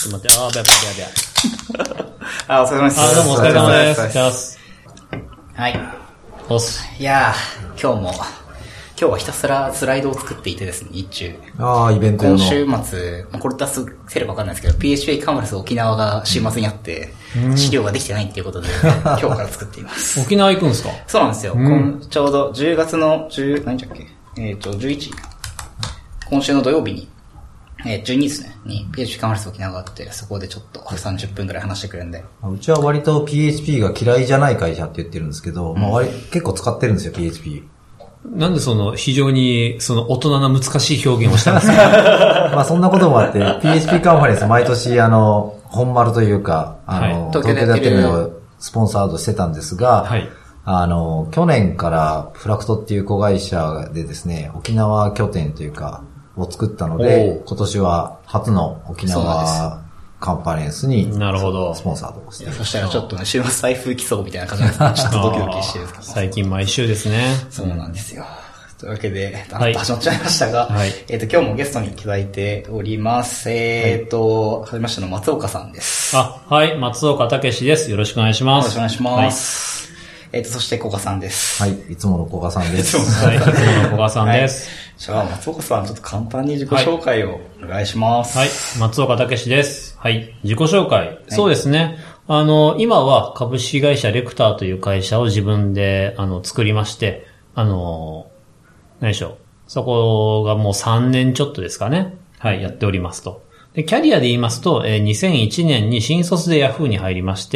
ちょっと待って、やべ。 あ、お疲れ様です。 どうもお疲れ様です。 はい。 おっす。 いやー、今日はひたすらスライドを作っていてですね、日中。 イベント用の。 今週末、これ出せればわかんないですけど、PHP カンファレンス沖縄が週末にあって、資料ができてないっていうことで、今日から作っています。 沖縄行くんですか？ そうなんですよ。ちょうど10月の何日だっけ11、今週の土曜日に、12ですね、に PHP カンファレンス沖縄があって、そこでちょっと30分くらい話してくれるんで。 うちは割と PHP が嫌いじゃない会社って言ってるんですけど、結構使ってるんですよ、PHP。 なんで非常に大人な難しい表現をしたんですか？ そんなこともあって、PHP カンファレンス毎年本丸というか、東京でやってるのをスポンサードしてたんですが、 はい、 去年からフラクトっていう子会社でですね、沖縄拠点というか、を作ったので、今年は初の沖縄カンファレンスにスポンサードをして。 そしたらちょっとね、週末台風来そうみたいな感じですね。ちょっとドキドキしてるんですけど。 最近毎週ですね。 そうなんですよ。というわけで、始まっちゃいましたが、今日もゲストにいただいております。はじめましての松岡さんです。 はい、松岡武です。よろしくお願いします。 よろしくお願いします。そして古賀さんです。 はい、いつもの古賀さんです。 はい、いつもの古賀さんです。 じゃあ、松岡さん、ちょっと簡単に自己紹介をお願いします。 はい、松岡武です。はい、自己紹介。そうですね。今は株式会社レクターという会社を自分で、作りまして、何でしょう。そこがもう3年ちょっとですかね。はい、やっておりますと。で、キャリアで言いますと、2001年に新卒でヤフーに入りまして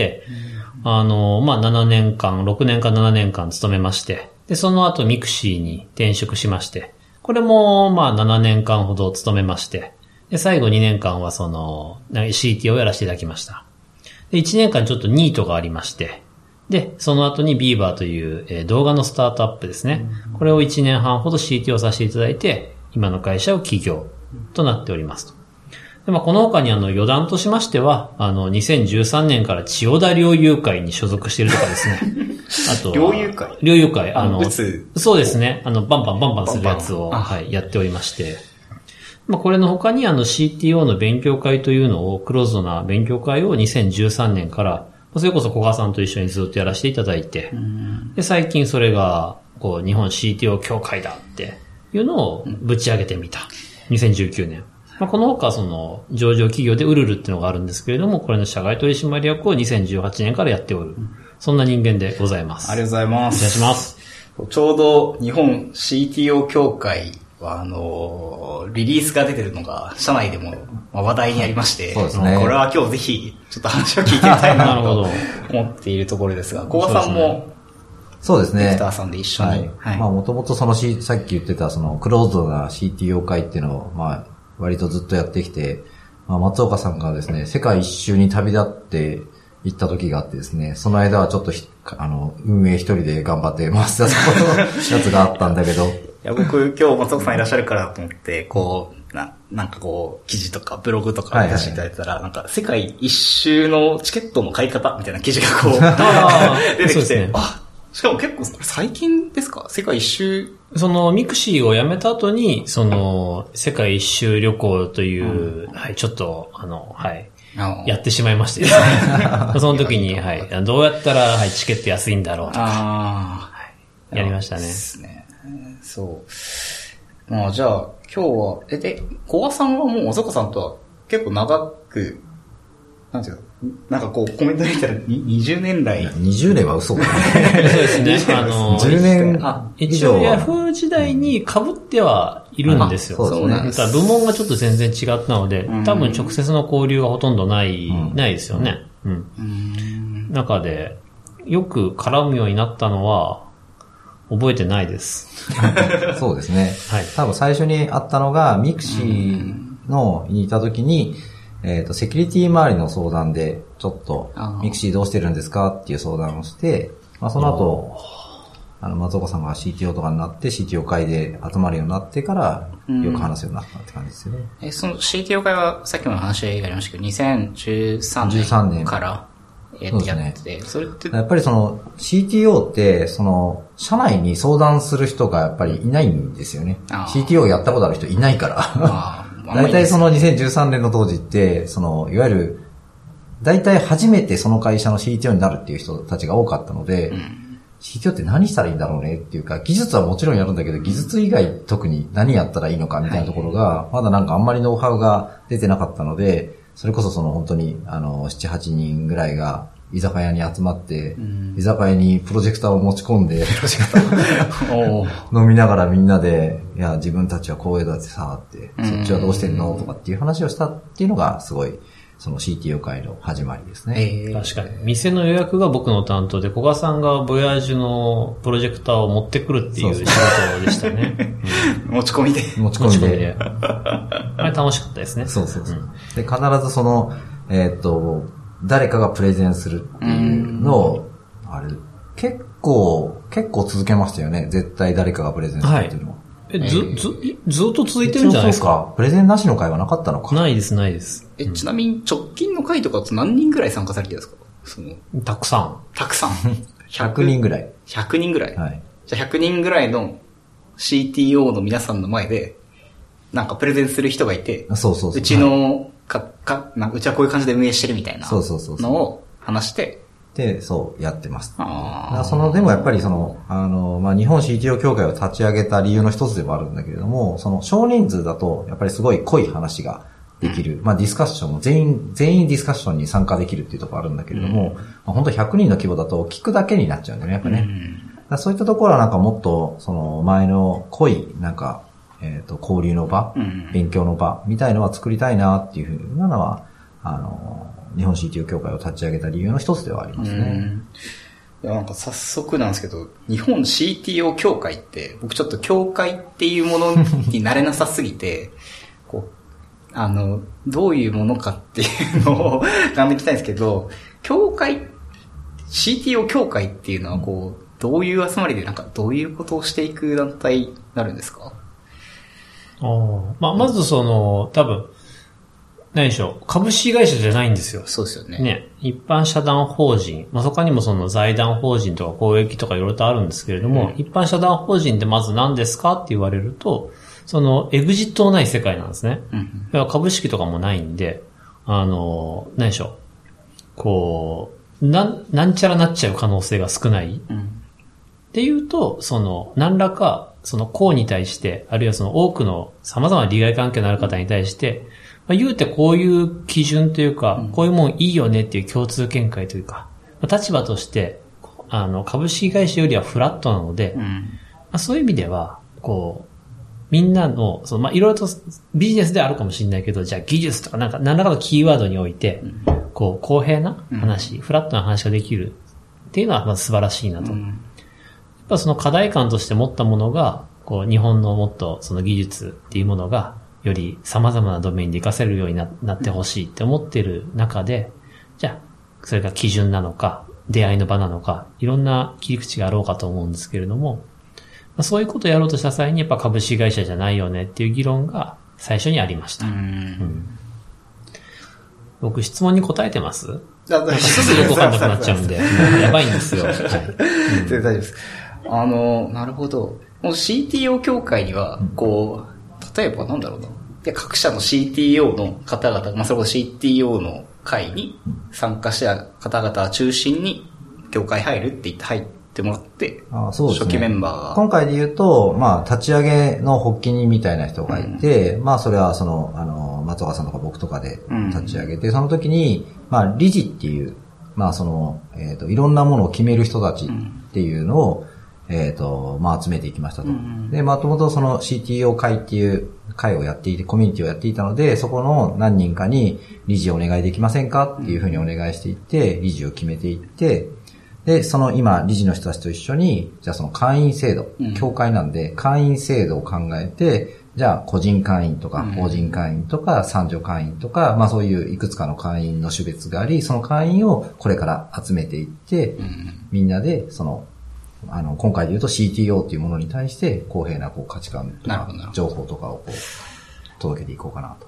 、7年間、6年か7年間勤めまして、で、その後ミクシーに転職しまして、これも、7年間ほど勤めまして、で、最後2年間はCT をやらせていただきました。で、1年間ちょっとニートがありまして、で、その後に Beaver という、動画のスタートアップですね。これを1年半ほど CT をさせていただいて、今の会社を起業となっておりますと。で、この他に余談としましては、2013年から千代田猟友会に所属しているとかですね。あと、猟友会そうですね。バンバンするやつを、やっておりまして。これの他にCTO の勉強会というのを、クローズドな勉強会を2013年から、それこそ古賀さんと一緒にずっとやらせていただいて、で、最近それが、日本 CTO 協会だっていうのをぶち上げてみた。2019年。この他上場企業でウルルっていうのがあるんですけれども、これの社外取締役を2018年からやっておる。そんな人間でございます。 ありがとうございます。 お願いします。 ちょうど日本 CTO 協会はリリースが出てるのが社内でも話題にありまして、 そうですね。 これは今日ぜひちょっと話を聞いてみたいなと思っているところですが、古賀さんもそうですね。 レクターさんで一緒に。 もともとさっき言ってたクローズドな CTO 会っていうのを割とずっとやってきて、松岡さんがですね、世界一周に旅立って行った時があってですね、その間はちょっと運営一人で頑張って回してたやつがあったんだけど。いや、僕今日松岡さんいらっしゃるからと思って、記事とかブログとか出していただいたら、世界一周のチケットの買い方みたいな記事が出てきて、しかも結構最近ですか？世界一周。 ミクシーを辞めた後に、世界一周旅行という、ちょっと、やってしまいましてですね。その時に、どうやったら、チケット安いんだろうとか、やりましたね。 ですね。そう。じゃあ、今日は、古賀さんはもう松岡さんとは結構長く、なんていうのコメントで見たら20年来。 20年は嘘だね。 そうですね。 10年以上は。 一応ヤフー時代に被ってはいるんですよ。 そうですね。 ただ部門がちょっと全然違ったので、多分直接の交流がほとんどないですよね。中で、よく絡むようになったのは、覚えてないです。 そうですね。多分最初に会ったのが、ミクシーにいた時に、セキュリティ周りの相談で、ちょっと、ミクシーどうしてるんですかっていう相談をして、その後、松岡さんが CTO とかになって、CTO 会で集まるようになってから、よく話すようになったって感じですよね。 その CTO 会は、さっきも話がありましたけど、2013年からやってて、それって。 やっぱりCTO って、社内に相談する人がやっぱりいないんですよね。CTO やったことある人いないから。 大体その2013年の当時って、いわゆる、大体初めてその会社の CTO になるっていう人たちが多かったので、CTO って何したらいいんだろうねっていうか、技術はもちろんやるんだけど、技術以外特に何やったらいいのかみたいなところが、まだなんかあんまりノウハウが出てなかったので、それこそ本当に、7、8人ぐらいが居酒屋に集まって、居酒屋にプロジェクターを持ち込んで、飲みながらみんなで、いや、自分たちはこういうだってさ、って、そっちはどうしてんのとかっていう話をしたっていうのが、すごい、その CTO 会の始まりですね。 確かに。店の予約が僕の担当で、古賀さんがボヤージュのプロジェクターを持ってくるっていう仕事でしたね。 持ち込みで。 持ち込みで。 あれ楽しかったですね。 そう。で、必ず誰かがプレゼンするっていうのを、あれ、結構続けましたよね。絶対誰かがプレゼンするっていうのは。 ずっと続いてるんじゃないですか。 そうか。プレゼンなしの会はなかったのか。 ないです。 ちなみに直近の会とかって何人ぐらい参加されてるんですか？ たくさん。 100人ぐらい。 100人ぐらい。 はい。 じゃあ100人ぐらいの CTO の皆さんの前で、なんかプレゼンする人がいて、 そう。 うちの、うちはこういう感じで運営してるみたいなのを話して、 で、そうやってます。でもやっぱり日本 CTO 協会を立ち上げた理由の一つでもあるんだけれども、少人数だと、やっぱりすごい濃い話ができる。ディスカッションも全員ディスカッションに参加できるっていうところあるんだけれども、本当100人の規模だと聞くだけになっちゃうんだよね、やっぱね。そういったところはなんかもっと、前の濃い、なんか、交流の場、勉強の場みたいのは作りたいなっていうふうなのは、日本 CTO 協会を立ち上げた理由の一つではありますね。 いや、なんか早速なんですけど、日本 CTO 協会って、僕ちょっと協会っていうものになれなさすぎて、どういうものかっていうのを考えていきたいんですけど、CTO 協会っていうのはどういう集まりで、なんかどういうことをしていく団体になるんですか？ まず多分、何でしょう。株式会社じゃないんですよ。 そうですよね。 ね。一般社団法人。他にも財団法人とか公益とかいろいろとあるんですけれども、一般社団法人ってまず何ですかって言われると、エグジットのない世界なんですね。株式とかもないんで、何でしょう。なんちゃらなっちゃう可能性が少ない。っていうと、何らか、公に対して、あるいは多くの様々な利害関係のある方に対して、言うてこういう基準というか、こういうもんいいよねっていう共通見解というか、立場として、株式会社よりはフラットなので、そういう意味では、みんなの、いろいろとビジネスであるかもしれないけど、じゃあ技術とか何らかのキーワードにおいて、公平な話、フラットな話ができるっていうのはまず素晴らしいなと。やっぱ課題感として持ったものが、日本のもっと技術っていうものが、より様々なドメインで活かせるようになってほしいって思っている中で、じゃあ、それが基準なのか、出会いの場なのか、いろんな切り口があろうかと思うんですけれども、そういうことをやろうとした際にやっぱ株式会社じゃないよねっていう議論が最初にありました。僕質問に答えてます？なんかすぐよくわかんなくなっちゃうんで、やばいんですよ。はい。 全然大丈夫です。なるほど。もう CTO 協会には、例えばなんだろうな。各社の CTO の方々、それこそ CTO の会に参加した方々中心に協会入るって言って入ってもらって、 そうですね、 初期メンバーが。 今回で言うと、立ち上げの発起人みたいな人がいて、それは松岡さんとか僕とかで立ち上げて、その時に、理事っていう、いろんなものを決める人たちっていうのを、集めていきましたと。で、もともとCTO 会っていう会をやっていて、コミュニティをやっていたので、そこの何人かに理事をお願いできませんかっていうふうにお願いしていって、理事を決めていって、で、今、理事の人たちと一緒に、じゃあ会員制度、協会なんで、会員制度を考えて、じゃあ個人会員とか、法人会員とか、参助会員とか、そういういくつかの会員の種別があり、その会員をこれから集めていって、みんなで、今回で言うと CTO っていうものに対して公平な価値観とか情報とかを届けていこうかなと。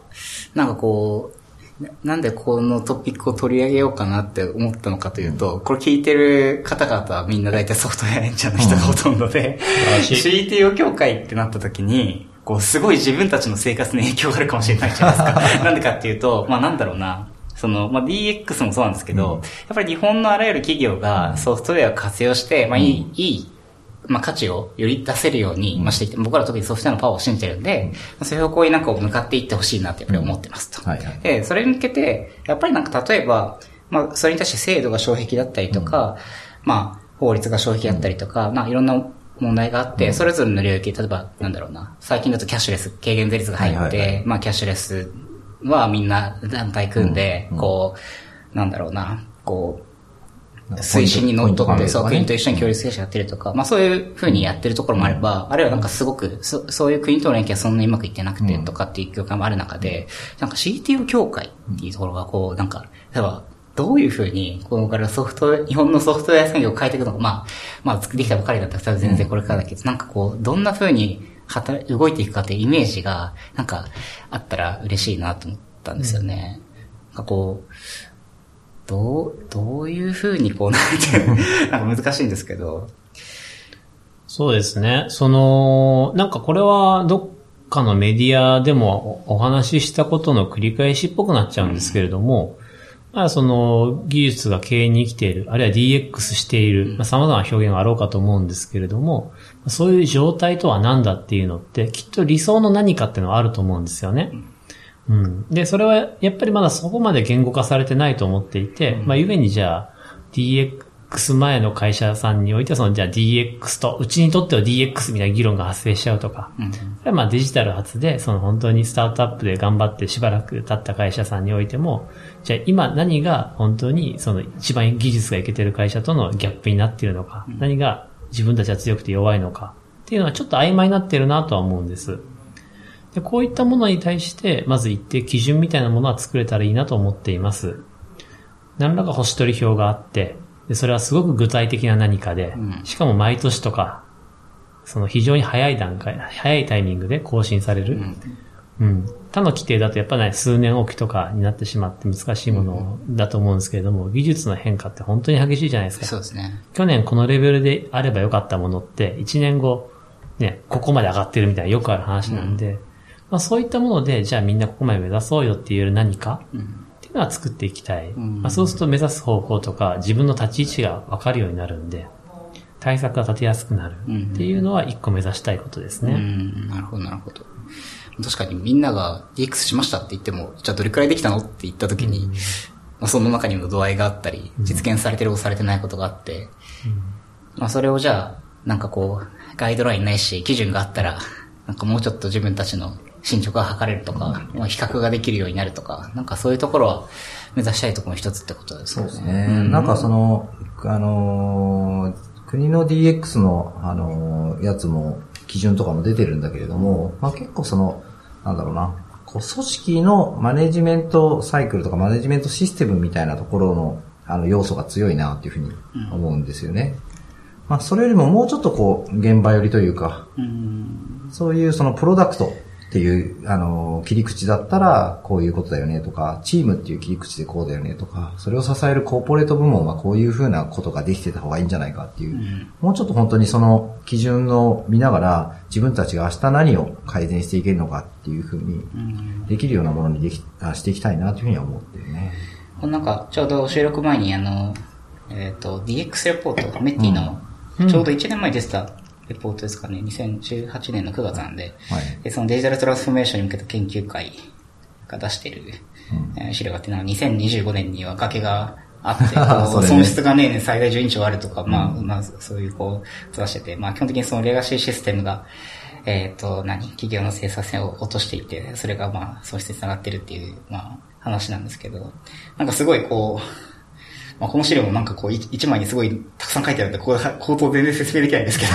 なんでこのトピックを取り上げようかなって思ったのかというと、これ聞いてる方々はみんな大体ソフトウェアエンジニアの人がほとんどで、CTO 協会ってなった時に、 こう、すごい自分たちの生活に影響があるかもしれないじゃないですか。なんでかっていうと、なんだろうな。DX もそうなんですけど、やっぱり日本のあらゆる企業がソフトウェアを活用して、いい価値をより出せるように、していて、僕ら特にソフトウェアのパワーを信じてるんで、そういう方向に向かっていってほしいなってやっぱり思ってますと。で、それに向けて、やっぱり例えば、それに対して制度が障壁だったりとか、法律が障壁だったりとか、いろんな問題があって、それぞれの領域、例えば、なんだろうな、最近だとキャッシュレス、軽減税率が入って、キャッシュレスはみんな団体組んで、こう、なんだろうな、こう、推進にのっとって、国と一緒に協力してやってるとか、そういう風にやってるところもあれば、あるいはすごく、そういう国との連携はそんなにうまくいってなくてとかっていう業界もある中で、CTO 協会っていうところがこう、例えば、どういう風に、このから日本のソフトウェア産業を変えていくのか、できたばかりだったら多分全然これからだけど、こう、どんな風に動いていくかっていうイメージが、あったら嬉しいなと思ったんですよね。こう、どういう風にこう難しいんですけど。 そうですね。これはどっかのメディアでもお話ししたことの繰り返しっぽくなっちゃうんですけれども、技術が経営に生きている、あるいは DX している、様々な表現があろうかと思うんですけれども、そういう状態とは何だっていうのって、きっと理想の何かっていうのはあると思うんですよね。で、それはやっぱりまだそこまで言語化されてないと思っていて、ゆえにじゃあ DX 前の会社さんにおいてはじゃあ DX と、うちにとっては DX みたいな議論が発生しちゃうとか、それはデジタル発で本当にスタートアップで頑張ってしばらく経った会社さんにおいても、じゃあ今何が本当に一番技術がいけてる会社とのギャップになっているのか、何が自分たちは強くて弱いのかっていうのはちょっと曖昧になっているなとは思うんです。で、こういったものに対して、まず一定基準みたいなものは作れたらいいなと思っています。何らか星取り表があって、で、それはすごく具体的な何かで、しかも毎年とか、非常に早いタイミングで更新される。他の規定だとやっぱり数年おきとかになってしまって難しいものだと思うんですけれども、技術の変化って本当に激しいじゃないですか。 そうですね。 去年このレベルであればよかったものって、1年後、ここまで上がってるみたいなよくある話なんで、そういったもので、じゃあみんなここまで目指そうよっていう何かっていうのは作っていきたい。そうすると目指す方向とか自分の立ち位置が分かるようになるんで、対策が立てやすくなるっていうのは一個目指したいことですね。 なるほど、なるほど。確かにみんなが DX しましたって言っても、じゃあどれくらいできたのって言った時に、その中にも度合いがあったり、実現されてるされてないことがあって、それをじゃあ、ガイドラインないし、基準があったら、もうちょっと自分たちの進捗が測れるとか、比較ができるようになるとか、そういうところは目指したいところの一つってことですね。 そうですね。国の DX の、やつも、基準とかも出てるんだけれども、結構組織のマネジメントサイクルとかマネジメントシステムみたいなところの、要素が強いなっていうふうに思うんですよね。それよりももうちょっと現場寄りというか、そういうプロダクトっていう、切り口だったらこういうことだよねとか、チームっていう切り口でこうだよねとか、それを支えるコーポレート部門はこういうふうなことができてた方がいいんじゃないかっていう、もうちょっと本当に基準を見ながら自分たちが明日何を改善していけるのかっていうふうにできるようなものにしていきたいなというふうには思ってるね。 ちょうど収録前にDX レポート、メッティの、ちょうど1年前に出てたレポートですかね、2018年の9月なんで、でそのデジタルトランスフォーメーションに向けた研究会が出している、資料があって、2025年には崖があって、損失が年々最大12兆あるとか、そういう出してて、基本的にレガシーシステムが、企業の生産性を落としていて、それが損失につながってるっていう、話なんですけど、すごいこの資料も一枚にすごいたくさん書いてあるんで、口頭全然説明できないんですけ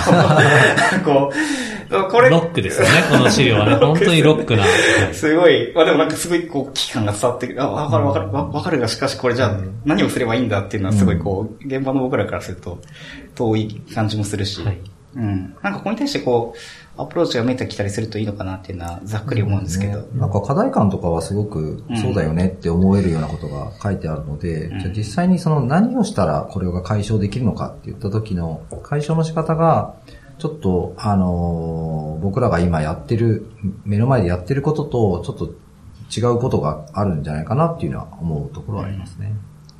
ど、これ。 ロックですよね、この資料はね。本当にロックな。 すごい、でもすごい危機感が伝わってくる。わかるが、しかしこれじゃあ何をすればいいんだっていうのはすごい現場の僕らからすると遠い感じもするし、ここに対してアプローチが見えてきたりするといいのかなっていうのはざっくり思うんですけど。 課題感とかはすごくそうだよねって思えるようなことが書いてあるので、じゃあ実際に何をしたらこれが解消できるのかって言った時の解消の仕方が、 ちょっと、僕らが今やってる、目の前でやってることと、ちょっと違うことがあるんじゃないかなっていうのは思うところはありますね。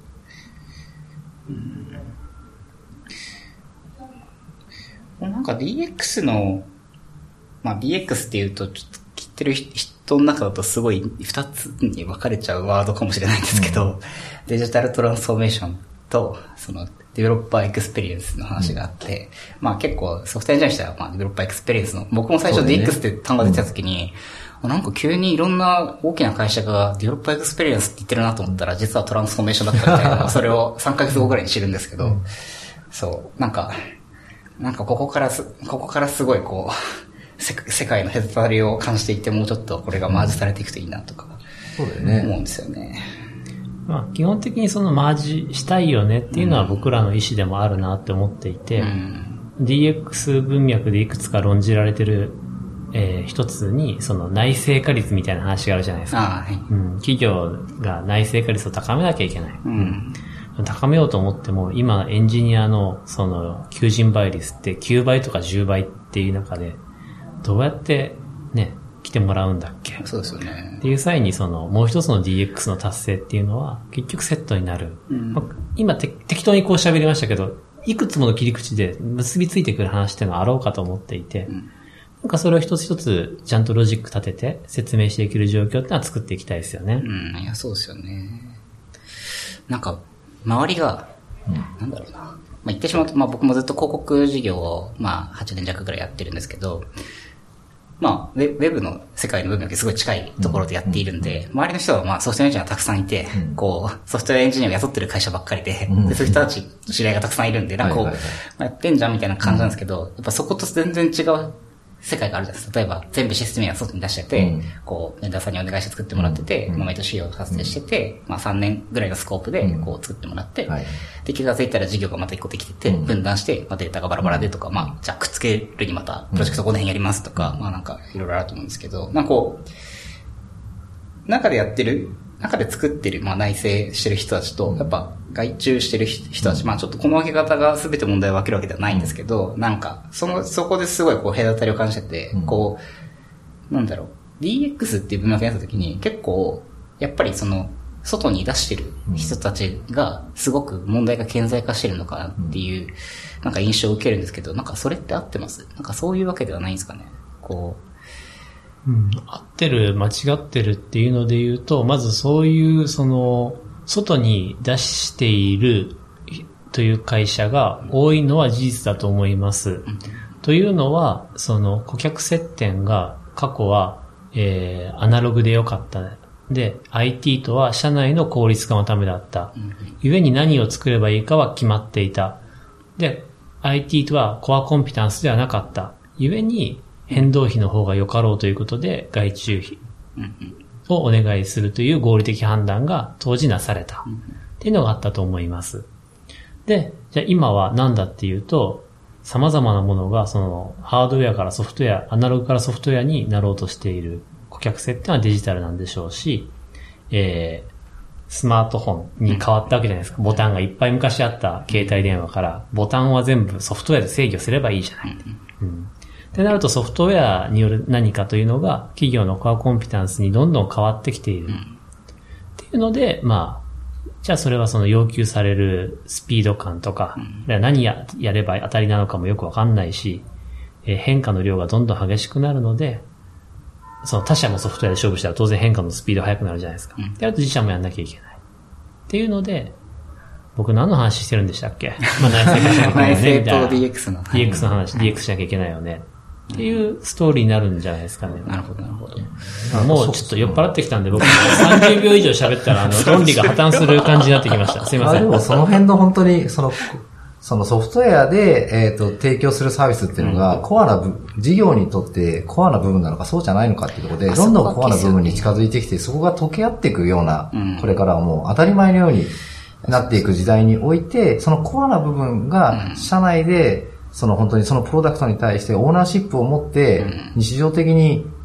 なんか DX の、まあ DX っていうと、ちょっと聞いてる人の中だとすごい二つに分かれちゃうワードかもしれないんですけど、デジタルトランスフォーメーションと、そのデベロッパーエクスペリエンスの話があって、まあ結構ソフトウェアエンジニアにしては、まあデベロッパーエクスペリエンスの、僕も最初 DX って単語が出てた時に、なんか急にいろんな大きな会社がデベロッパーエクスペリエンスって言ってるなと思ったら、実はトランスフォーメーションだったみたいな、それを3ヶ月後ぐらいに知るんですけど、そう、なんかここからすごいこう、世界の隔たりを感じていて、もうちょっとこれがマージされていくといいなとか、 そうだよね。 思うんですよね。 まあ基本的にそのマージしたいよねっていうのは僕らの意思でもあるなって思っていて、DX 文脈でいくつか論じられてる、一つにその内製化率みたいな話があるじゃないですか。 はい。 企業が内製化率を高めなきゃいけない。高めようと思っても、今エンジニアのその求人倍率って9倍とか10倍っていう中で、どうやってね、来てもらうんだっけ？ そうですよね。 っていう際にその、もう一つの DX の達成っていうのは、結局セットになる。まあ、今適当にこう喋りましたけど、いくつもの切り口で結びついてくる話っていうのはあろうかと思っていて、なんかそれを一つ一つちゃんとロジック立てて説明していける状況っていうのは作っていきたいですよね。 いや、そうですよね。なんか、周りが、なんだろうな。まあ、言ってしまうと、まあ僕もずっと広告事業を、まあ8年弱くらいやってるんですけど、まあ、ウェブの世界の文脈にすごい近いところでやっているんで、周りの人はまあソフトウェアエンジニアがたくさんいて、こう、ソフトウェアエンジニアを雇ってる会社ばっかりで、でそういう人たちの知り合いがたくさんいるんで、なんかこう、やってんじゃんみたいな感じなんですけど、やっぱそこと全然違う世界があるじゃないですか。例えば、全部システムや外に出してて、こう、ベンダーさんにお願いして作ってもらってて、毎年費用発生してて、まあ3年ぐらいのスコープで、こう作ってもらって、で、気がついたら事業がまた1個できてて、分断して、まあデータがバラバラでとか、まあ、じゃあくっつけるにまた、プロジェクトこの辺やりますとか、まあなんか、いろいろあると思うんですけど、なんかこう、中で作ってる、まあ内製してる人たちと、やっぱ外注してる人たち、まあちょっとこの分け方が全て問題を分けるわけではないんですけど、なんか、そこですごいこう隔たりを感じてて、こう、なんだろう、DX っていう文脈になった時に結構、やっぱりその、外に出してる人たちがすごく問題が顕在化してるのかなっていう、なんか印象を受けるんですけど、なんかそれって合ってます？なんかそういうわけではないんですかね？こう。 合ってる、間違ってるっていうので言うと、まずそういう、その、外に出しているという会社が多いのは事実だと思います。というのは、その、顧客接点が過去は、アナログで良かった。で、IT とは社内の効率化のためだった。故に何を作ればいいかは決まっていた。で、IT とはコアコンピタンスではなかった。故に、変動費の方が良かろうということで外注費をお願いするという合理的判断が当時なされたっていうのがあったと思います。で、じゃあ今は何だっていうと、様々なものがそのハードウェアからソフトウェア、アナログからソフトウェアになろうとしている顧客接点はデジタルなんでしょうし、スマートフォンに変わったわけじゃないですか。ボタンがいっぱい昔あった携帯電話からボタンは全部ソフトウェアで制御すればいいじゃない。ってなるとソフトウェアによる何かというのが企業のコアコンピタンスにどんどん変わってきている。っていうので、まあ、じゃあそれはその要求されるスピード感とか、何やれば当たりなのかもよくわかんないし、変化の量がどんどん激しくなるので、その他社もソフトウェアで勝負したら当然変化のスピード速くなるじゃないですか。で、あと自社もやんなきゃいけない。っていうので、僕何の話してるんでしたっけ？まあ内製と DX の。 DX の話、DX しなきゃいけないよね。っていうストーリーになるんじゃないですかね。 なるほど、なるほど。 もうちょっと酔っ払ってきたんで、僕30秒以上喋ったら、論理が破綻する感じになってきました。すいません。 でもその辺の本当に、そのソフトウェアで、提供するサービスっていうのが、コアな事業にとってコアな部分なのかそうじゃないのかっていうところで、どんどんコアな部分に近づいてきて、そこが溶け合っていくような、これからはもう当たり前のようになっていく時代において、そのコアな部分が社内で、その本当にそのプロダクトに対してオーナーシップを持って、日常的に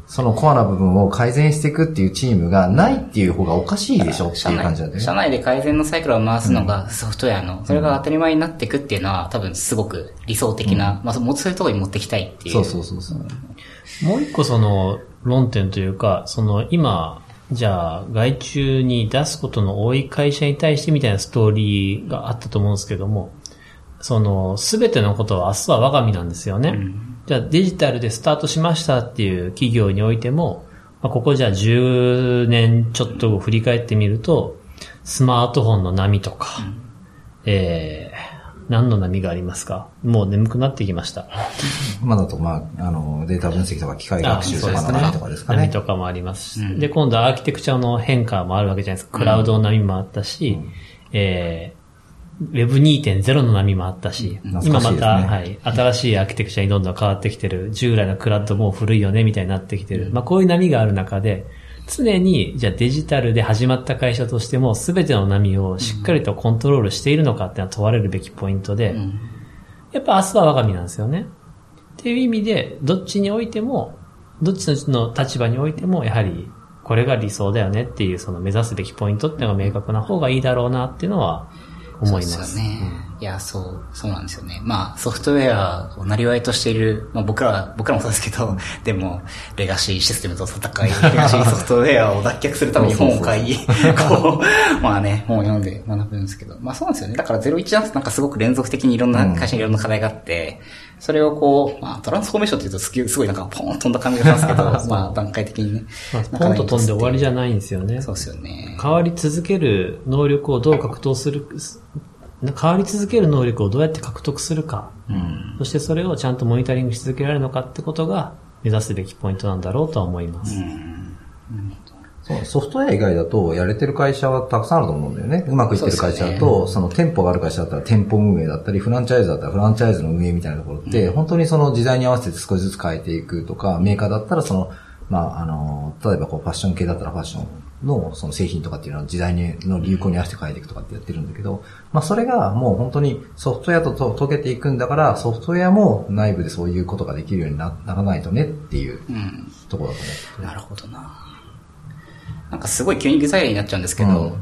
そのコアな部分を改善していくっていうチームがないっていう方がおかしいでしょっていう感じなんだよね。 社内で改善のサイクルを回すのがソフトウェアの、それが当たり前になっていくっていうのは多分すごく理想的な、そういうところに持っていきたいっていう。 そう。 もう一個その論点というか、その今、じゃあ外注に出すことの多い会社に対してみたいなストーリーがあったと思うんですけども、その全てのことは明日は我が身なんですよね。じゃあデジタルでスタートしましたっていう企業においても、ここじゃあ10年ちょっと振り返ってみると、スマートフォンの波とか、何の波がありますか？もう眠くなってきました。 今だとデータ分析とか機械学習とかの波とかですかね。 波とかもありますし、で、今度はアーキテクチャの変化もあるわけじゃないですか。クラウドの波もあったし、Web2.0 の波もあったし、今また、新しいアーキテクチャにどんどん変わってきてる。従来のクラウドもう古いよね、みたいになってきてる。こういう波がある中で、常に、じゃあデジタルで始まった会社としても、すべての波をしっかりとコントロールしているのかっていうのは問われるべきポイントで、やっぱ明日は我が身なんですよね。っていう意味で、どっちにおいても、どっちの立場においても、やはり、これが理想だよねっていう、その目指すべきポイントっていうのが明確な方がいいだろうなっていうのは、思います。 そうですよね。いや、そうなんですよね。ソフトウェアをなりわいとしている、僕らもそうですけど、でも、レガシーシステムと戦い、レガシーソフトウェアを脱却するために本を買い、本を読んで学ぶんですけど、そうなんですよね。だから01なんてなんかすごく連続的にいろんな会社にいろんな課題があって、それをトランスフォーメーションって言うとすごいなんかポーンと飛んだ感じがしますけど、段階的にね。 ポンと飛んで終わりじゃないんですよね。 そうですよね。 変わり続ける能力をどう獲得する、変わり続ける能力をどうやって獲得するか、そしてそれをちゃんとモニタリングし続けられるのかってことが目指すべきポイントなんだろうとは思います。 ソフトウェア以外だとやれてる会社はたくさんあると思うんだよね。うまくいってる会社だと、その店舗がある会社だったら店舗運営だったり、フランチャイズだったらフランチャイズの運営みたいなところって、本当にその時代に合わせて少しずつ変えていくとか、メーカーだったらその、例えばファッション系だったらファッションのその製品とかっていうのは時代の流行に合わせて変えていくとかってやってるんだけど、それがもう本当にソフトウェアと溶けていくんだから、ソフトウェアも内部でそういうことができるようにならないとねっていうところだと思う。 なるほどな。なんかすごい急に具体例になっちゃうんですけど、や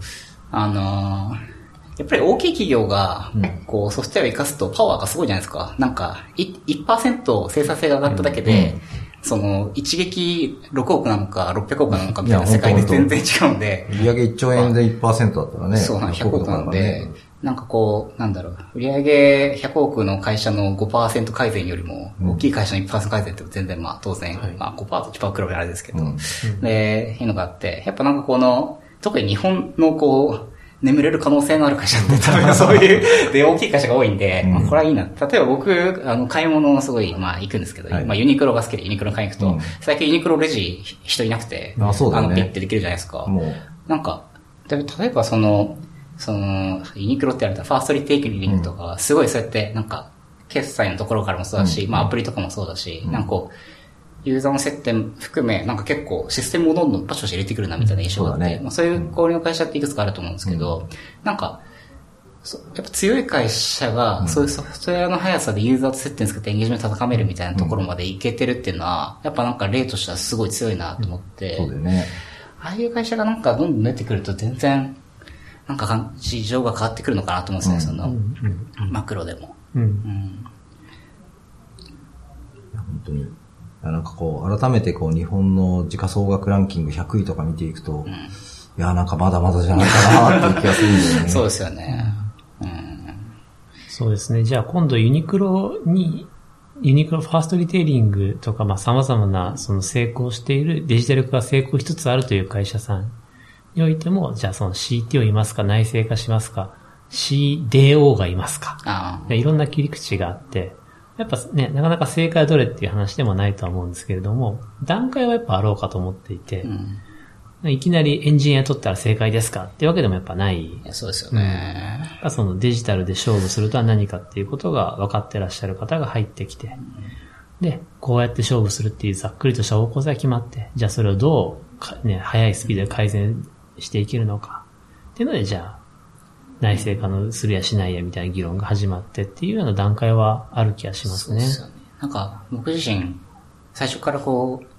っぱり大きい企業が、ソフトウェアを活かすとパワーがすごいじゃないですか。なんか、1% 生産性が上がっただけで、一撃6億なのか600億なのかみたいな世界で全然違うんで。 売上1兆円で 1% だったらね。 そうなん、100億なんで、なんか売上100億の会社の 5% 改善よりも、大きい会社の 1% 改善って全然当然、5% と 1% 比べあれですけど、で、いうのがあって、やっぱなんか特に日本の眠れる可能性のある会社って多分そういう、で、大きい会社が多いんで、これはいいな。例えば僕、買い物すごい、行くんですけど、ユニクロが好きでユニクロ買いに行くと、最近ユニクロレジ人いなくて、ピッてできるじゃないですか。なんか、例えばユニクロってやると、ファーストリテイリングとか、すごいそうやって、なんか、決済のところからもそうだし、アプリとかもそうだし、なんかユーザーの接点含め、なんか結構システムをどんどんパシパシ入れてくるなみたいな印象があって、そういう小売りの会社っていくつかあると思うんですけど、なんか、やっぱ強い会社が、そういうソフトウェアの速さでユーザーと接点作ってエンゲージメント高めるみたいなところまでいけてるっていうのは、やっぱなんか例としてはすごい強いなと思って、 そうだよね。 ああいう会社がなんかどんどん出てくると全然、なんか市場が変わってくるのかなと思うんですね、マクロでも。 本当に。なんか改めて日本の時価総額ランキング100位とか見ていくと、いや、なんかまだまだじゃないかなっていう気がするんだよね。 そうですよね。 そうですね。じゃあ今度ユニクロファーストリテイリングとか、様々な成功しているデジタル化が成功しつつあるという会社さんにおいても、じゃあCTO いますか、内製化しますか、CDO がいますか。いろんな切り口があって、やっぱね、なかなか正解はどれっていう話でもないとは思うんですけれども、段階はやっぱあろうかと思っていて、いきなりエンジニア取ったら正解ですかっていうわけでもやっぱない。 そうですよね。 デジタルで勝負するとは何かっていうことが分かってらっしゃる方が入ってきて、で、こうやって勝負するっていうざっくりとした方向性が決まって、じゃあそれをどう、速いスピードで改善していけるのかっていうので、じゃあ、内製化のするやしないやみたいな議論が始まってっていうような段階はある気がしますね。 そうですよね。なんか、僕自身、最初からソ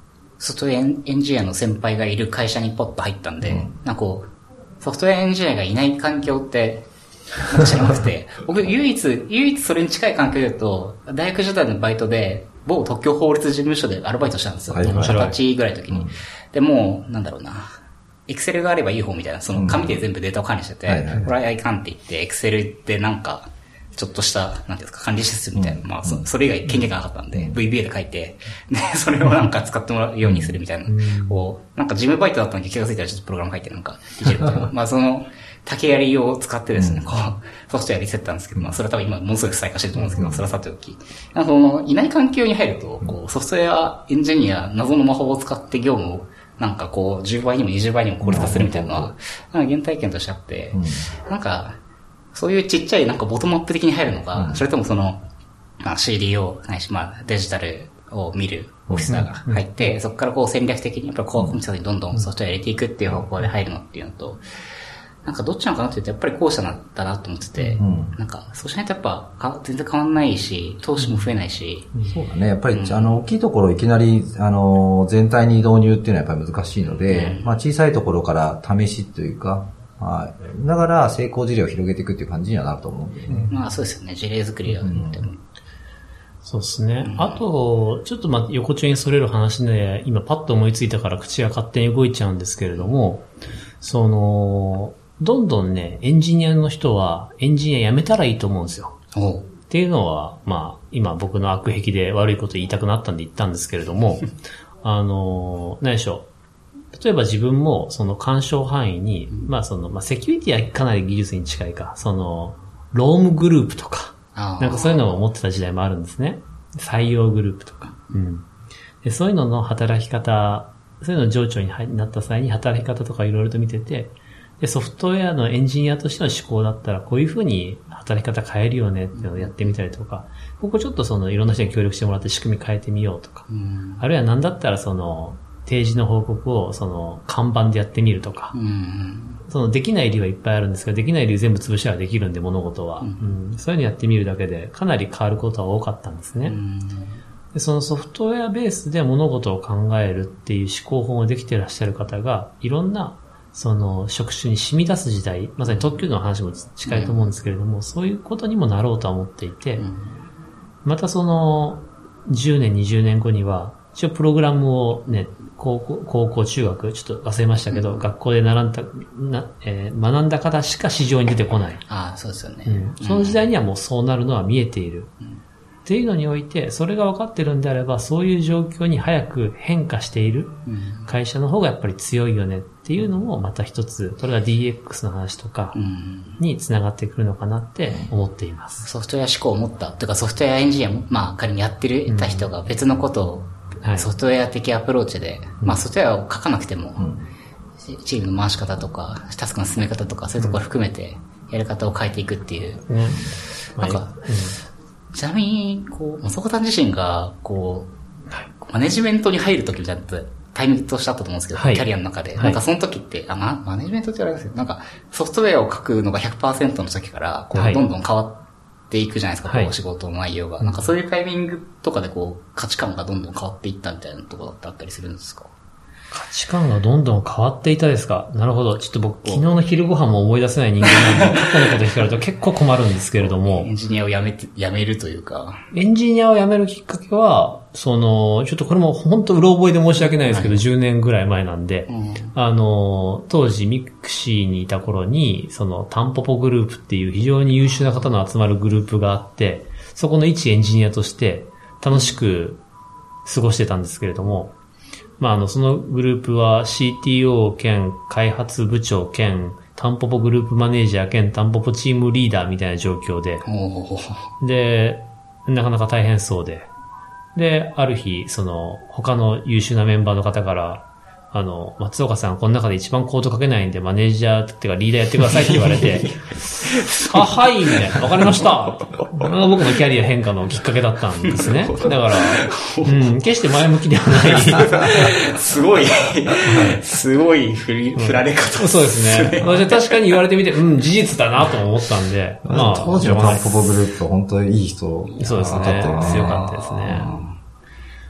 ソフトウェアエンジニアの先輩がいる会社にポッと入ったんで、なんかこう、ソフトウェアエンジニアがいない環境って、知らなくて、僕唯一それに近い環境で言うと、大学時代のバイトで、某特許法律事務所でアルバイトしたんですよ。20歳ぐらいの時に。で、もう、なんだろうな。エクセルがあればいい方みたいな、その紙で全部データを管理してて、これはいかんって言って、エクセルってなんか、ちょっとした、なんていうんですか、管理システムみたいな、まあ、それ以外権限がなかったんで、VBA で書いて、で、それをなんか使ってもらうようにするみたいな、こう、なんか事務バイトだったのに気がついたらちょっとプログラム書いてなんか、いじるみたいな。まあ、その、竹槍を使ってですね、こう、ソフトウェアリセットなんですけど、まあ、それは多分今ものすごい不細化してると思うんですけど、それはさておき。その、いない環境に入ると、こう、ソフトウェアエンジニア、謎の魔法を使って業務を、なんかこう、10倍にも20倍にも効率化するみたいなのは、なんか原体験としてあって、なんか、そういうちっちゃいなんかボトムアップ的に入るのか、それともその、まあ CDO、ないし、まあデジタルを見るオフィサーが入って、そこからこう戦略的にやっぱりコアコンピューターにどんどんソフトウェア入れていくっていう方向で入るのっていうのと、なんかどっちなのかなって言うとやっぱり後者なんだなと思ってて、なんかそうしないとやっぱ全然変わんないし、投資も増えないし。 そうだね。やっぱり、大きいところいきなり、全体に導入っていうのはやっぱり難しいので、まあ小さいところから試しというか、はい。だから成功事例を広げていくっていう感じにはなると思うんでね。 まあそうですよね。事例作りはでも。 そうですね。あと、ちょっとまあ横丁にそれる話で、今パッと思いついたから口が勝手に動いちゃうんですけれども、その、どんどんね、エンジニアの人はエンジニア辞めたらいいと思うんですよ。っていうのは、まあ、今僕の悪癖で悪いこと言いたくなったんで言ったんですけれども、何でしょう。例えば自分もその干渉範囲に、まあセキュリティはかなり技術に近いか、ロームグループとか、なんかそういうのを持ってた時代もあるんですね。採用グループとか。でそういうのの働き方、そういうの上長になった際に働き方とかいろいろと見てて、で、ソフトウェアのエンジニアとしての思考だったらこういうふうに働き方変えるよねっていうのをやってみたりとか、ここちょっといろんな人に協力してもらって仕組み変えてみようとか、あるいはなんだったら提示の報告を看板でやってみるとか、できない理由はいっぱいあるんですが、できない理由全部潰しはできるんで物事は、そういうのやってみるだけでかなり変わることは多かったんですね。でそのソフトウェアベースで物事を考えるっていう思考法ができていらっしゃる方がいろんな職種に染み出す時代、まさに特許の話も近いと思うんですけれども、そういうことにもなろうとは思っていて、また10年、20年後には一応プログラムをね、高校、中学、ちょっと忘れましたけど、学校で学んだ方しか市場に出てこない。 ああ、そうですよね。 その時代にはもうそうなるのは見えている。っていうのにおいて、それが分かってるんであれば、そういう状況に早く変化している会社の方がやっぱり強いよねっていうのもまた一つ、それが DX の話とかにつながってくるのかなって思っています。 ソフトウェア思考を持った、というかソフトウェアエンジニアも、まあ仮にやってた人が別のことをソフトウェア的アプローチで、まあソフトウェアを書かなくても、チームの回し方とか、タスクの進め方とか、そういうところ含めてやり方を変えていくっていう。なんか、ちなみに、松岡さん自身が、マネジメントに入るときみたいなタイミングとしてあったと思うんですけど、キャリアの中で。なんかその時って、マネジメントって言われますけど、なんかソフトウェアを書くのが 100% の時から、どんどん変わっていくじゃないですか、仕事の内容が。なんかそういうタイミングとかで価値観がどんどん変わっていったみたいなところってあったりするんですか？ 価値観がどんどん変わっていたですか？なるほど。ちょっと僕、昨日の昼ご飯も思い出せない人間なんで、過去のこと聞かれると結構困るんですけれども。 エンジニアを辞めるというか。 エンジニアを辞めるきっかけは、ちょっとこれも本当うろ覚えで申し訳ないですけど、10年ぐらい前なんで、当時ミクシーにいた頃に、タンポポグループっていう非常に優秀な方の集まるグループがあって、そこの一エンジニアとして楽しく過ごしてたんですけれども、まあそのグループは CTO 兼開発部長兼タンポポグループマネージャー兼タンポポチームリーダーみたいな状況で、で、なかなか大変そうで、で、ある日、他の優秀なメンバーの方から、松岡さんこの中で一番コード書けないんでマネージャーっていうかリーダーやってくださいって言われて、はい、みたいな、わかりました。これが僕のキャリア変化のきっかけだったんですね。だから、決して前向きではない。 すごい振られ方。 そうですね。確かに言われてみて、事実だなと思ったんで。 まあ、当時のタンポポグループは本当にいい人。 そうですね。強かったですね。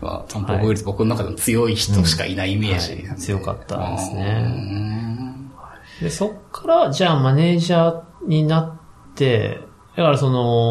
担保防御率僕の中でも強い人しかいないイメージ、 はい、強かったですね。で、そっから、じゃあマネージャーになって、だから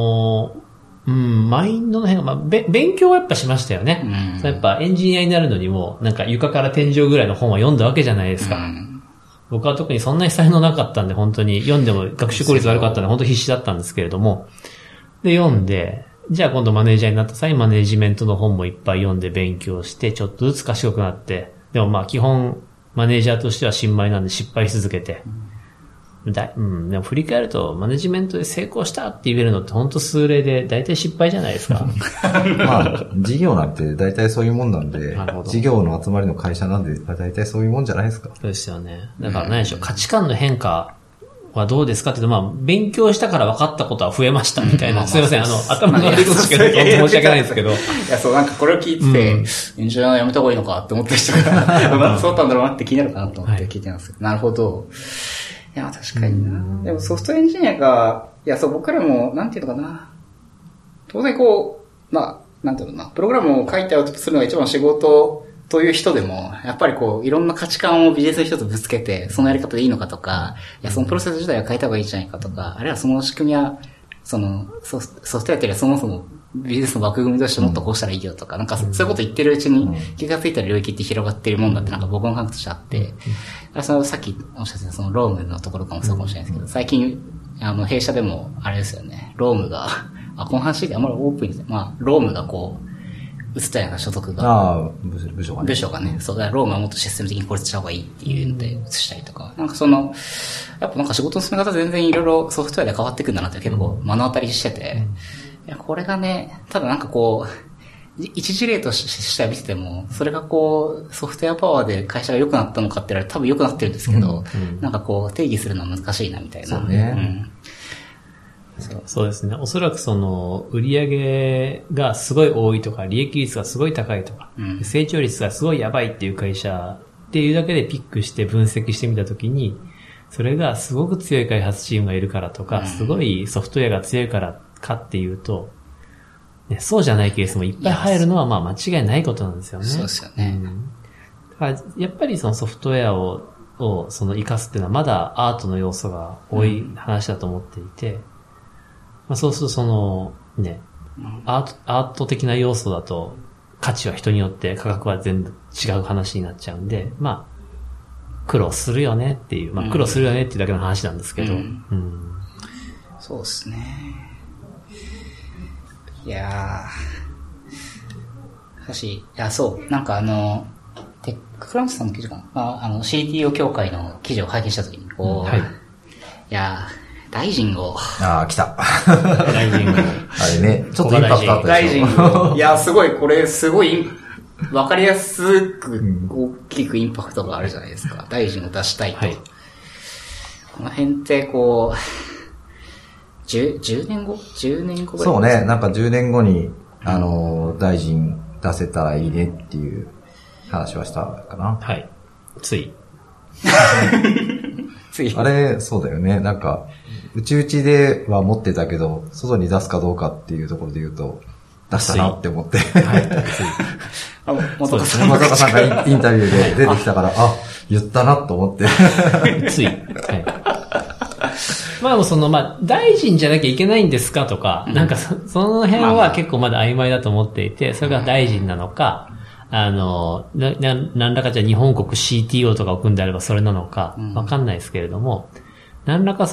マインドの変化、勉強はやっぱしましたよね。やっぱエンジニアになるのにも、なんか床から天井ぐらいの本は読んだわけじゃないですか。僕は特にそんなに才能なかったんで、本当に読んでも学習効率悪かったんで、本当必死だったんですけれども。で、読んで、じゃあ今度マネージャーになった際にマネージメントの本もいっぱい読んで勉強して、ちょっとずつ賢くなって、でも基本、マネージャーとしては新米なんで失敗し続けて、でも振り返るとマネジメントで成功したって言えるのって本当数例で大体失敗じゃないですか。 事業なんて大体そういうもんなんで、事業の集まりの会社なんで大体そういうもんじゃないですか。 そうですよね。だから何でしょう、価値観の変化はどうですかって言うと、勉強したから分かったことは増えましたみたいな。すいません、頭の悪いことしか言うと申し訳ないんですけど。いや、そう、なんかこれを聞いてて、エンジニアやめた方がいいのかって思った人が、そうだったんだろうなって気になるかなと思って聞いてますけど、なるほど。いや、確かにな。でもソフトエンジニアが、僕らも、なんていうのかな。当然なんていうのかな。プログラムを書いてアウトプットするのが一番仕事という人でも、やっぱりいろんな価値観をビジネスの人とぶつけて、そのやり方でいいのかとか、そのプロセス自体は変えた方がいいんじゃないかとか、あるいはその仕組みは、ソフトウェアっていうよりはそもそもビジネスの枠組みとしてもっとこうしたらいいよとか、なんかそういうこと言ってるうちに気がついたら領域って広がっているもんだってなんか僕の感覚としてあって、さっきおっしゃってたそのロームのところかもそうかもしれないですけど、最近、弊社でもあれですよね、ロームが、この話であんまりオープンに、ロームが移ったような所得が。 部署がね。 部署がね。そうだ、ロームはもっとシステム的に効率した方がいいっていうので移したりとか。なんかやっぱなんか仕事の進め方全然いろいろソフトウェアで変わってくんだなって結構目の当たりしてて。いや、これがね、ただなんか一事例としては見てても、それがソフトウェアパワーで会社が良くなったのかって言われると多分良くなってるんですけど、なんか定義するのは難しいなみたいな。 そうね。 そうですね。おそらく売上がすごい多いとか、利益率がすごい高いとか、成長率がすごいやばいっていう会社っていうだけでピックして分析してみたときに、それがすごく強い開発チームがいるからとか、すごいソフトウェアが強いからかっていうと、そうじゃないケースもいっぱい入るのは間違いないことなんですよね。 そうですよね。 だからやっぱりソフトウェアを活かすっていうのはまだアートの要素が多い話だと思っていて、そうするとアート的な要素だと価値は人によって価格は全部違う話になっちゃうんで、苦労するよねっていう、苦労するよねっていうだけの話なんですけど。 そうですね。いやそう、なんかテッククランチさんの記事かな、CTO 協会の記事を拝見したときに、ライジングを。 来た。 ライジング。 あれね、ちょっとインパクトあったでしょ。 ライジング。いや、これすごい、わかりやすく、大きくインパクトがあるじゃないですか。ライジングを出したいと。この辺って10年後ぐらい。 そうね、なんか10年後に、大臣出せたらいいねっていう話はしたかな。 はい。つい。 あれ、そうだよね。なんか、うちでは持ってたけど、外に出すかどうかっていうところで言うと、出したなって思って。はい。 元岡さんがインタビューで出てきたから、言ったなと思って。 つい。はい。大臣じゃなきゃいけないんですかとか、なんかその辺は結構まだ曖昧だと思っていて、それが大臣なのか、何らかじゃ日本国 CTO とかを組んであればそれなのか、わかんないですけれども、何らか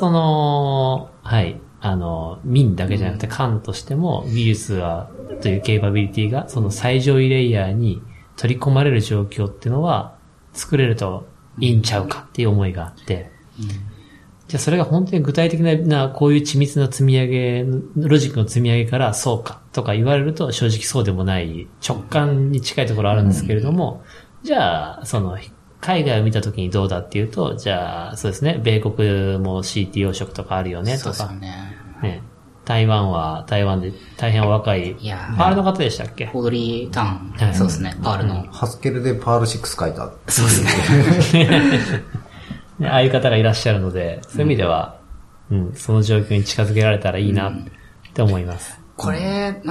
民だけじゃなくて官としても技術というケイパビリティがその最上位レイヤーに取り込まれる状況っていうのは作れるといいんちゃうかっていう思いがあって、じゃあそれが本当に具体的なこういう緻密な積み上げ、ロジックの積み上げからそうかとか言われると正直そうでもない直感に近いところあるんですけれども、じゃあ海外を見たときにどうだっていうと、じゃあそうですね、米国も CTO 職とかあるよねとか、 そうですね。 台湾は台湾で大変お若い、パールの方でしたっけ？ オードリー・タン、そうですね、パールの。 ハスケルでパール6書いた。 そうですね。ああいう方がいらっしゃるので、そういう意味では、その状況に近づけられたらいいなって思います。 これ、なんか、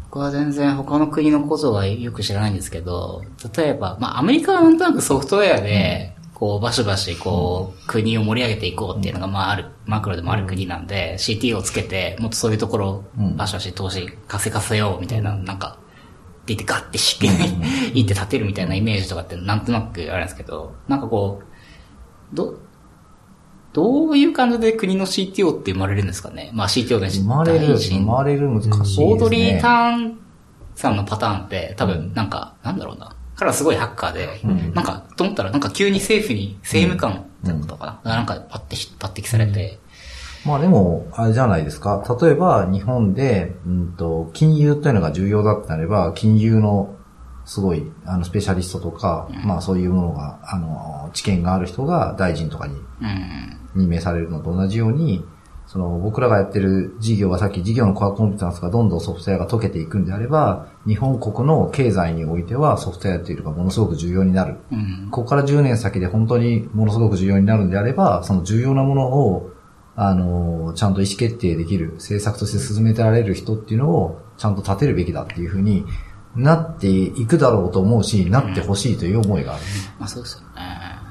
僕は全然他の国のことはよく知らないんですけど、例えば、アメリカはなんとなくソフトウェアで、バシバシ、国を盛り上げていこうっていうのが、マクロでもある国なんで、CTO をつけて、もっとそういうところ、バシバシ投資稼がせようみたいな、なんか、って言ってガッて資金いって立てるみたいなイメージとかってなんとなくあるんですけど、なんかどういう感じで国の CTO って生まれるんですかね。CTO で生まれる難しいですね。 オードリー・ターンさんのパターンって多分なんか、なんだろうな。彼はすごいハッカーで、なんか、と思ったらなんか急に政府に政務官ってことかな。なんかパッて抜擢されて。 でも、あれじゃないですか。例えば日本で、金融というのが重要だってなれば、金融のすごい、スペシャリストとか、そういうものが、知見がある人が大臣とかに任命されるのと同じように、僕らがやってる事業はさっき事業のコアコンピタンスがどんどんソフトウェアが解けていくんであれば、日本国の経済においてはソフトウェアというのがものすごく重要になる。ここから10年先で本当にものすごく重要になるんであれば、その重要なものを、ちゃんと意思決定できる、政策として進めてられる人っていうのをちゃんと立てるべきだっていうふうになっていくだろうと思うし、なってほしいという思いがある。 そうですよね。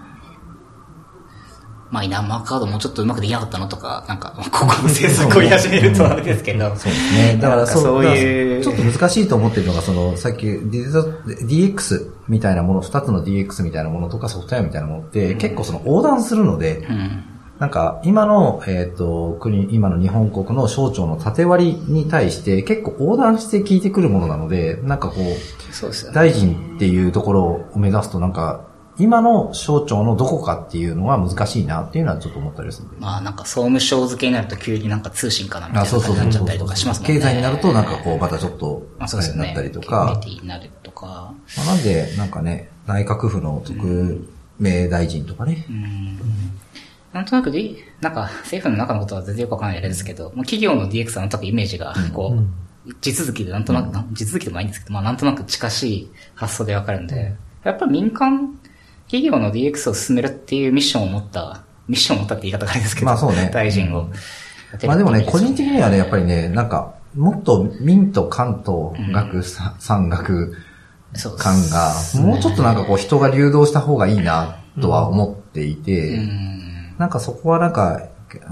イナンバーカードもうちょっとうまくできなかったのとか、なんか、ここの政策を言い始めるとあれですけど。 そうですね。だからそういう。ちょっと難しいと思ってるのが、さっき DX みたいなもの、二つの DX みたいなものとかソフトウェアみたいなものって、結構横断するので、なんか、今の、今の日本国の省庁の縦割りに対して結構横断して聞いてくるものなので、なんかそうですよね。 大臣っていうところを目指すとなんか、今の省庁のどこかっていうのは難しいなっていうのはちょっと思ったりするんで。 なんか総務省付けになると急になんか通信かなみたいな感じになっちゃったりとかしますもんね。 経済になるとなんかまたちょっと、 そうですね。 なったりとか。 キュリティになるとか。 なんで、なんかね、内閣府の特命大臣とかね。 なんとなくなんか政府の中のことは全然よくわかんないあれですけど、企業の DX はなんとなくイメージが、地続きでなんとなく、地続きでもないんですけど、なんとなく近しい発想でわかるんで、やっぱり民間、企業の DX を進めるっていうミッションを持ったって言い方があれですけど、 そうね。 大臣を。 でもね、個人的にはね、やっぱりね、なんか、もっと民と官と学、産学官が、もうちょっとなんか人が流動した方がいいな、とは思っていて、なんかそこはなんか、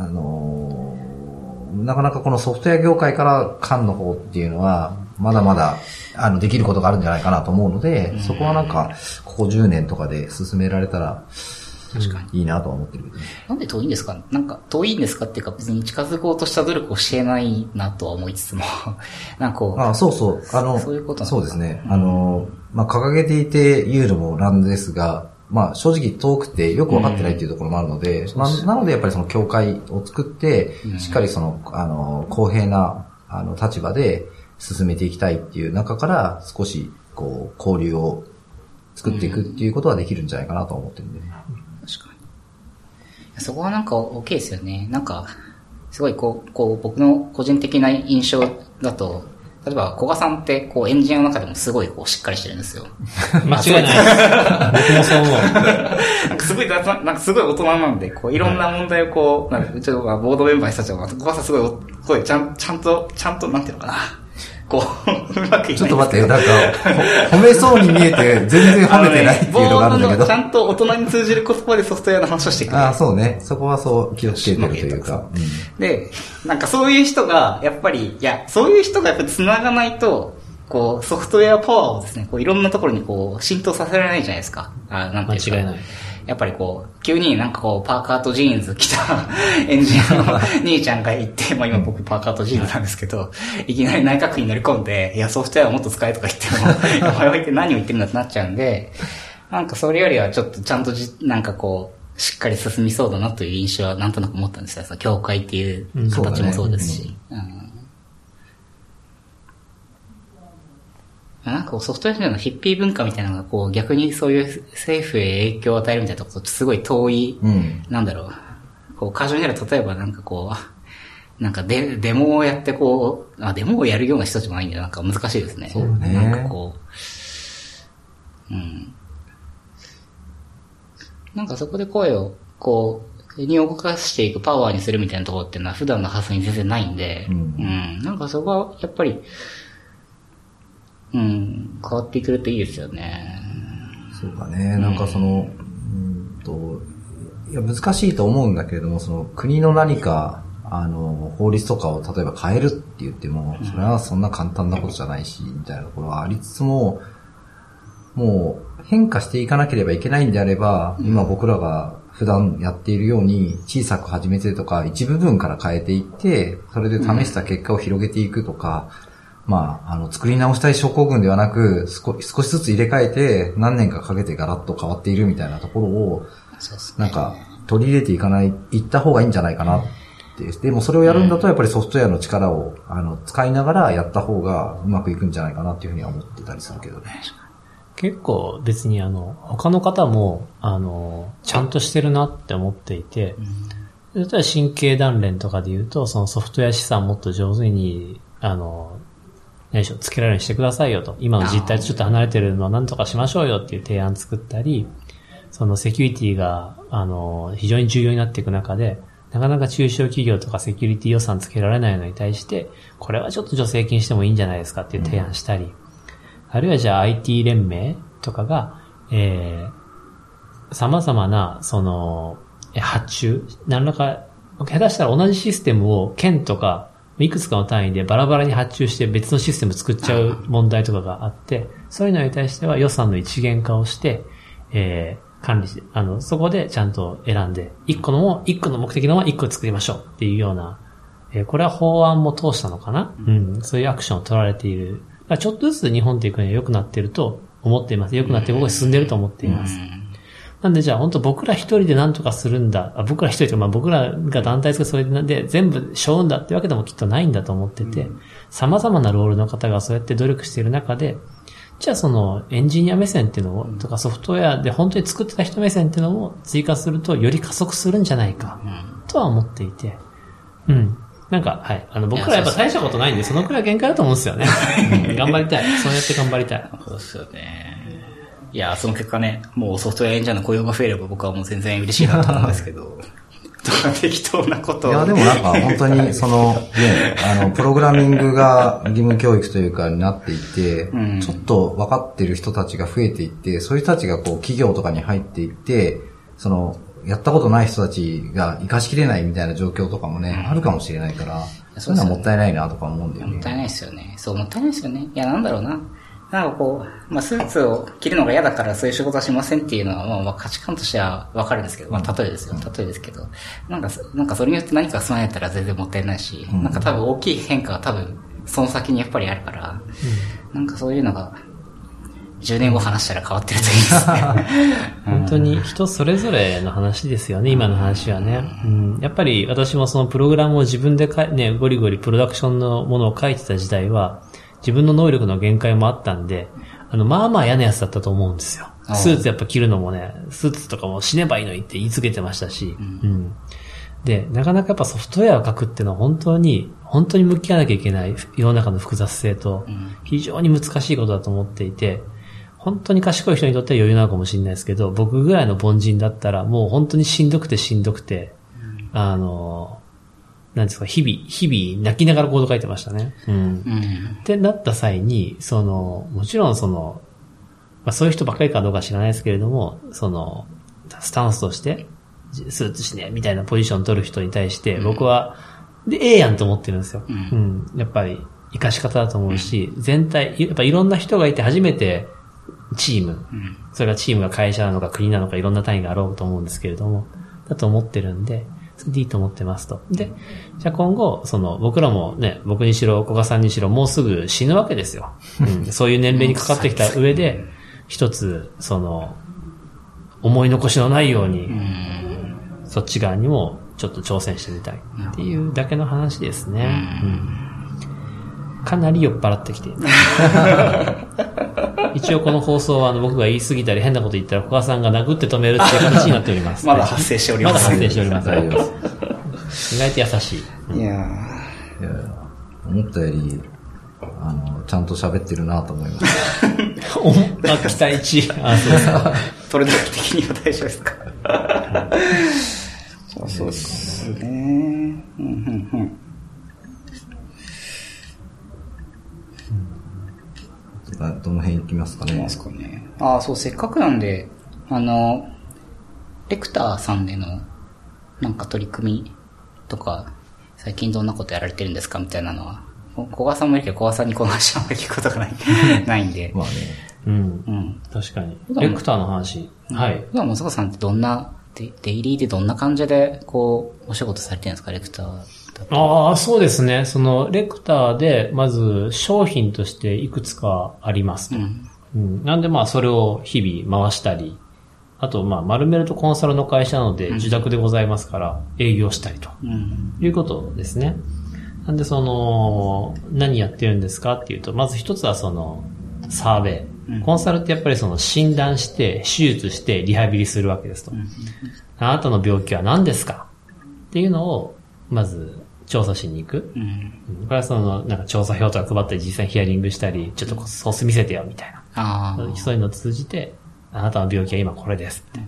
なかなかこのソフトウェア業界から官の方っていうのは、まだまだ、できることがあるんじゃないかなと思うので、そこはなんか、ここ10年とかで進められたら、確かにいいなとは思ってるけどね。 なんで遠いんですか？なんか、遠いんですかっていうか別に近づこうとした努力をしてないなとは思いつつも、なんかそうそう。 そういうことなんですか？ そうですね。掲げていて言うのもなんですが、正直遠くてよくわかってないっていうところもあるので、なのでやっぱりその協会を作って、しっかり公平な、立場で進めていきたいっていう中から、少し、交流を作っていくっていうことはできるんじゃないかなと思ってるんでね。 確かに。そこはなんか大きいですよね。なんか、すごい僕の個人的な印象だと、例えば、古賀さんってエンジニアの中でもすごいしっかりしてるんですよ。 間違いないです。僕もそう思う。 なんかすごい大人なんで、いろんな問題をうちのボードメンバーの人たちは、古賀さんすごい、ちゃんと、なんていうのかな。うまくいちょっと待って、なんか、褒めそうに見えて、全然褒めてないっていうのがあるんだけど。 ちゃんと大人に通じる言葉でソフトウェアの話をしてくる。 そうね。そこはそう気をつけてるというか。 で、なんかそういう人が、やっぱり繋がないと、ソフトウェアパワーをですね、いろんなところに浸透させられないじゃないですか。なんていうか。 間違いない。 やっぱり急になんかパーカーとジーンズ着たエンジニアの兄ちゃんがいて、今僕パーカーとジーンズなんですけど、いきなり内閣府に乗り込んで、いや、ソフトウェアをもっと使えとか言っても、お前は一体何を言ってるんだってなっちゃうんで、なんかそれよりはちょっとちゃんとなんかしっかり進みそうだなという印象はなんとなく持ったんですよ。協会っていう形もそうですし。なんかソフトウェアのヒッピー文化みたいなのが逆にそういう政府へ影響を与えるみたいなところとすごい遠い、なんだろう、過剰になる、例えばなんかなんかデモをやってデモをやるような人たちもないんで、なんか難しいですね。 そうね。 なんかなんかそこで声をに動かしていくパワーにするみたいなところっていうのは普段の発想に全然ないんで、なんかそこはやっぱり、 変わってくるといいですよね。 そうだね。なんかいや、難しいと思うんだけれども、国の何か、法律とかを例えば変えるって言っても、それはそんな簡単なことじゃないし、みたいなところはありつつも、もう変化していかなければいけないんであれば、今僕らが普段やっているように小さく始めてとか、一部分から変えていって、それで試した結果を広げていくとか、作り直したい症候群ではなく、少しずつ入れ替えて、何年かかけてガラッと変わっているみたいなところを、なんか、取り入れていった方がいいんじゃないかなって。でもそれをやるんだと、やっぱりソフトウェアの力を、使いながらやった方がうまくいくんじゃないかなっていうふうには思ってたりするけどね。 結構別に他の方も、ちゃんとしてるなって思っていて、例えば神経断連とかで言うと、そのソフトウェア資産もっと上手に、つけられるようにしてくださいよと。今の実態とちょっと離れてるのは何とかしましょうよっていう提案作ったり、そのセキュリティが、非常に重要になっていく中で、なかなか中小企業とかセキュリティ予算つけられないのに対して、これはちょっと助成金してもいいんじゃないですかっていう提案したり、あるいはじゃあ IT 連盟とかが、様々な、発注、何らか、下手したら同じシステムを県とか、いくつかの単位でバラバラに発注して別のシステム作っちゃう問題とかがあって、そういうのに対しては予算の一元化をして、管理して、そこでちゃんと選んで、一個の目的のまま一個作りましょうっていうような、これは法案も通したのかな、そういうアクションを取られている。ちょっとずつ日本っていくのは良くなっていると思っています。良くなって僕は進んでいると思っています。なんでじゃあ本当僕ら一人で何とかするんだ。僕ら一人というか僕らが団体とかそれで全部背負うんだってわけでもきっとないんだと思ってて、様々なロールの方がそうやって努力している中で、じゃあエンジニア目線っていうのを、とかソフトウェアで本当に作ってた人目線っていうのを追加するとより加速するんじゃないか、とは思っていて、なんか、はい。僕らやっぱ大したことないんで、そのくらい限界だと思うんですよね。頑張りたい。そうやって頑張りたい。 そうですよね。いや、その結果ね、もうソフトウェアエンジニアの雇用が増えれば僕はもう全然嬉しいなと思うんですけど、適当なことを。 いや、でもなんか本当にプログラミングが義務教育というかになっていて、ちょっと分かってる人たちが増えていって、そういう人たちが企業とかに入っていって、やったことない人たちが活かしきれないみたいな状況とかもね、あるかもしれないから、そういうのはもったいないなとか思うんだよね。 もったいないですよね。そう、もったいないですよね。いや、なんだろうな。なんかスーツを着るのが嫌だからそういう仕事はしませんっていうのは、価値観としてはわかるんですけど、例えですけど、なんかそれによって何か進まないったら全然もったいないし、なんか多分大きい変化が多分その先にやっぱりあるから、なんかそういうのが、10年後話したら変わってるといいですね。 本当に人それぞれの話ですよね、今の話はね。やっぱり私もそのプログラムを自分でゴリゴリプロダクションのものを書いてた時代は、自分の能力の限界もあったんで、まあまあ嫌なやつだったと思うんですよ。スーツやっぱ着るのもね、スーツとかも死ねばいいのにって言い続けてましたし、で、なかなかやっぱソフトウェアを書くっていうのは本当に向き合わなきゃいけない世の中の複雑性と、非常に難しいことだと思っていて、本当に賢い人にとっては余裕なのかもしれないですけど、僕ぐらいの凡人だったらもう本当にしんどくて、なんですか、日々泣きながらコード書いてましたね。ってなった際に、もちろんそういう人ばっかりかどうか知らないですけれども、スタンスとして、スーツしね、みたいなポジション取る人に対して、僕は、やんと思ってるんですよ。やっぱり、活かし方だと思うし、全体、やっぱいろんな人がいて初めて、チーム、それがチームが会社なのか国なのかいろんな単位があろうと思うんですけれども、だと思ってるんで、それでいいと思ってますと。で、じゃあ今後、僕らもね、僕にしろ、古賀さんにしろ、もうすぐ死ぬわけですよ。そういう年齢にかかってきた上で、一つ、思い残しのないように、そっち側にもちょっと挑戦してみたいっていうだけの話ですね。かなり酔っ払ってきて。一応この放送は僕が言い過ぎたり変なこと言ったら、古賀さんが殴って止めるっていう形になっております。 まだ発生しております。 まだ発生しております。大丈夫です。意外と優しい。 いや思ったより、ちゃんと喋ってるなと思いました。期待値。そうですか。 トレード的には大丈夫ですか。そうですね。 どの辺行きますかね。 行きますかね。そう、せっかくなんで、レクターさんでの、なんか取り組みとか、最近どんなことやられてるんですかみたいなのは、小川さんもいるけど、小川さんにこの話あんまり聞くことがないんで。 まあね。 うん。確かに。レクターの話。はい。 普段松岡さんってどんな、デイリーでどんな感じで、こう、お仕事されてるんですか、レクターだと。 そうですね。その、レクターで、まず、商品としていくつかありますと。なんでそれを日々回したり、あと、丸めるとコンサルの会社なので、受託でございますから、営業したりと。いうことですね。なんで、何やってるんですかっていうと、まず一つはサーベイ。コンサルってやっぱり診断して、手術して、リハビリするわけですと。あなたの病気は何ですかっていうのを、まず、調査しに行く。これはなんか調査票とか配ったり、実際にヒアリングしたり、ちょっとソース見せてよ、みたいな。そういうのを通じて、あなたの病気は今これですって。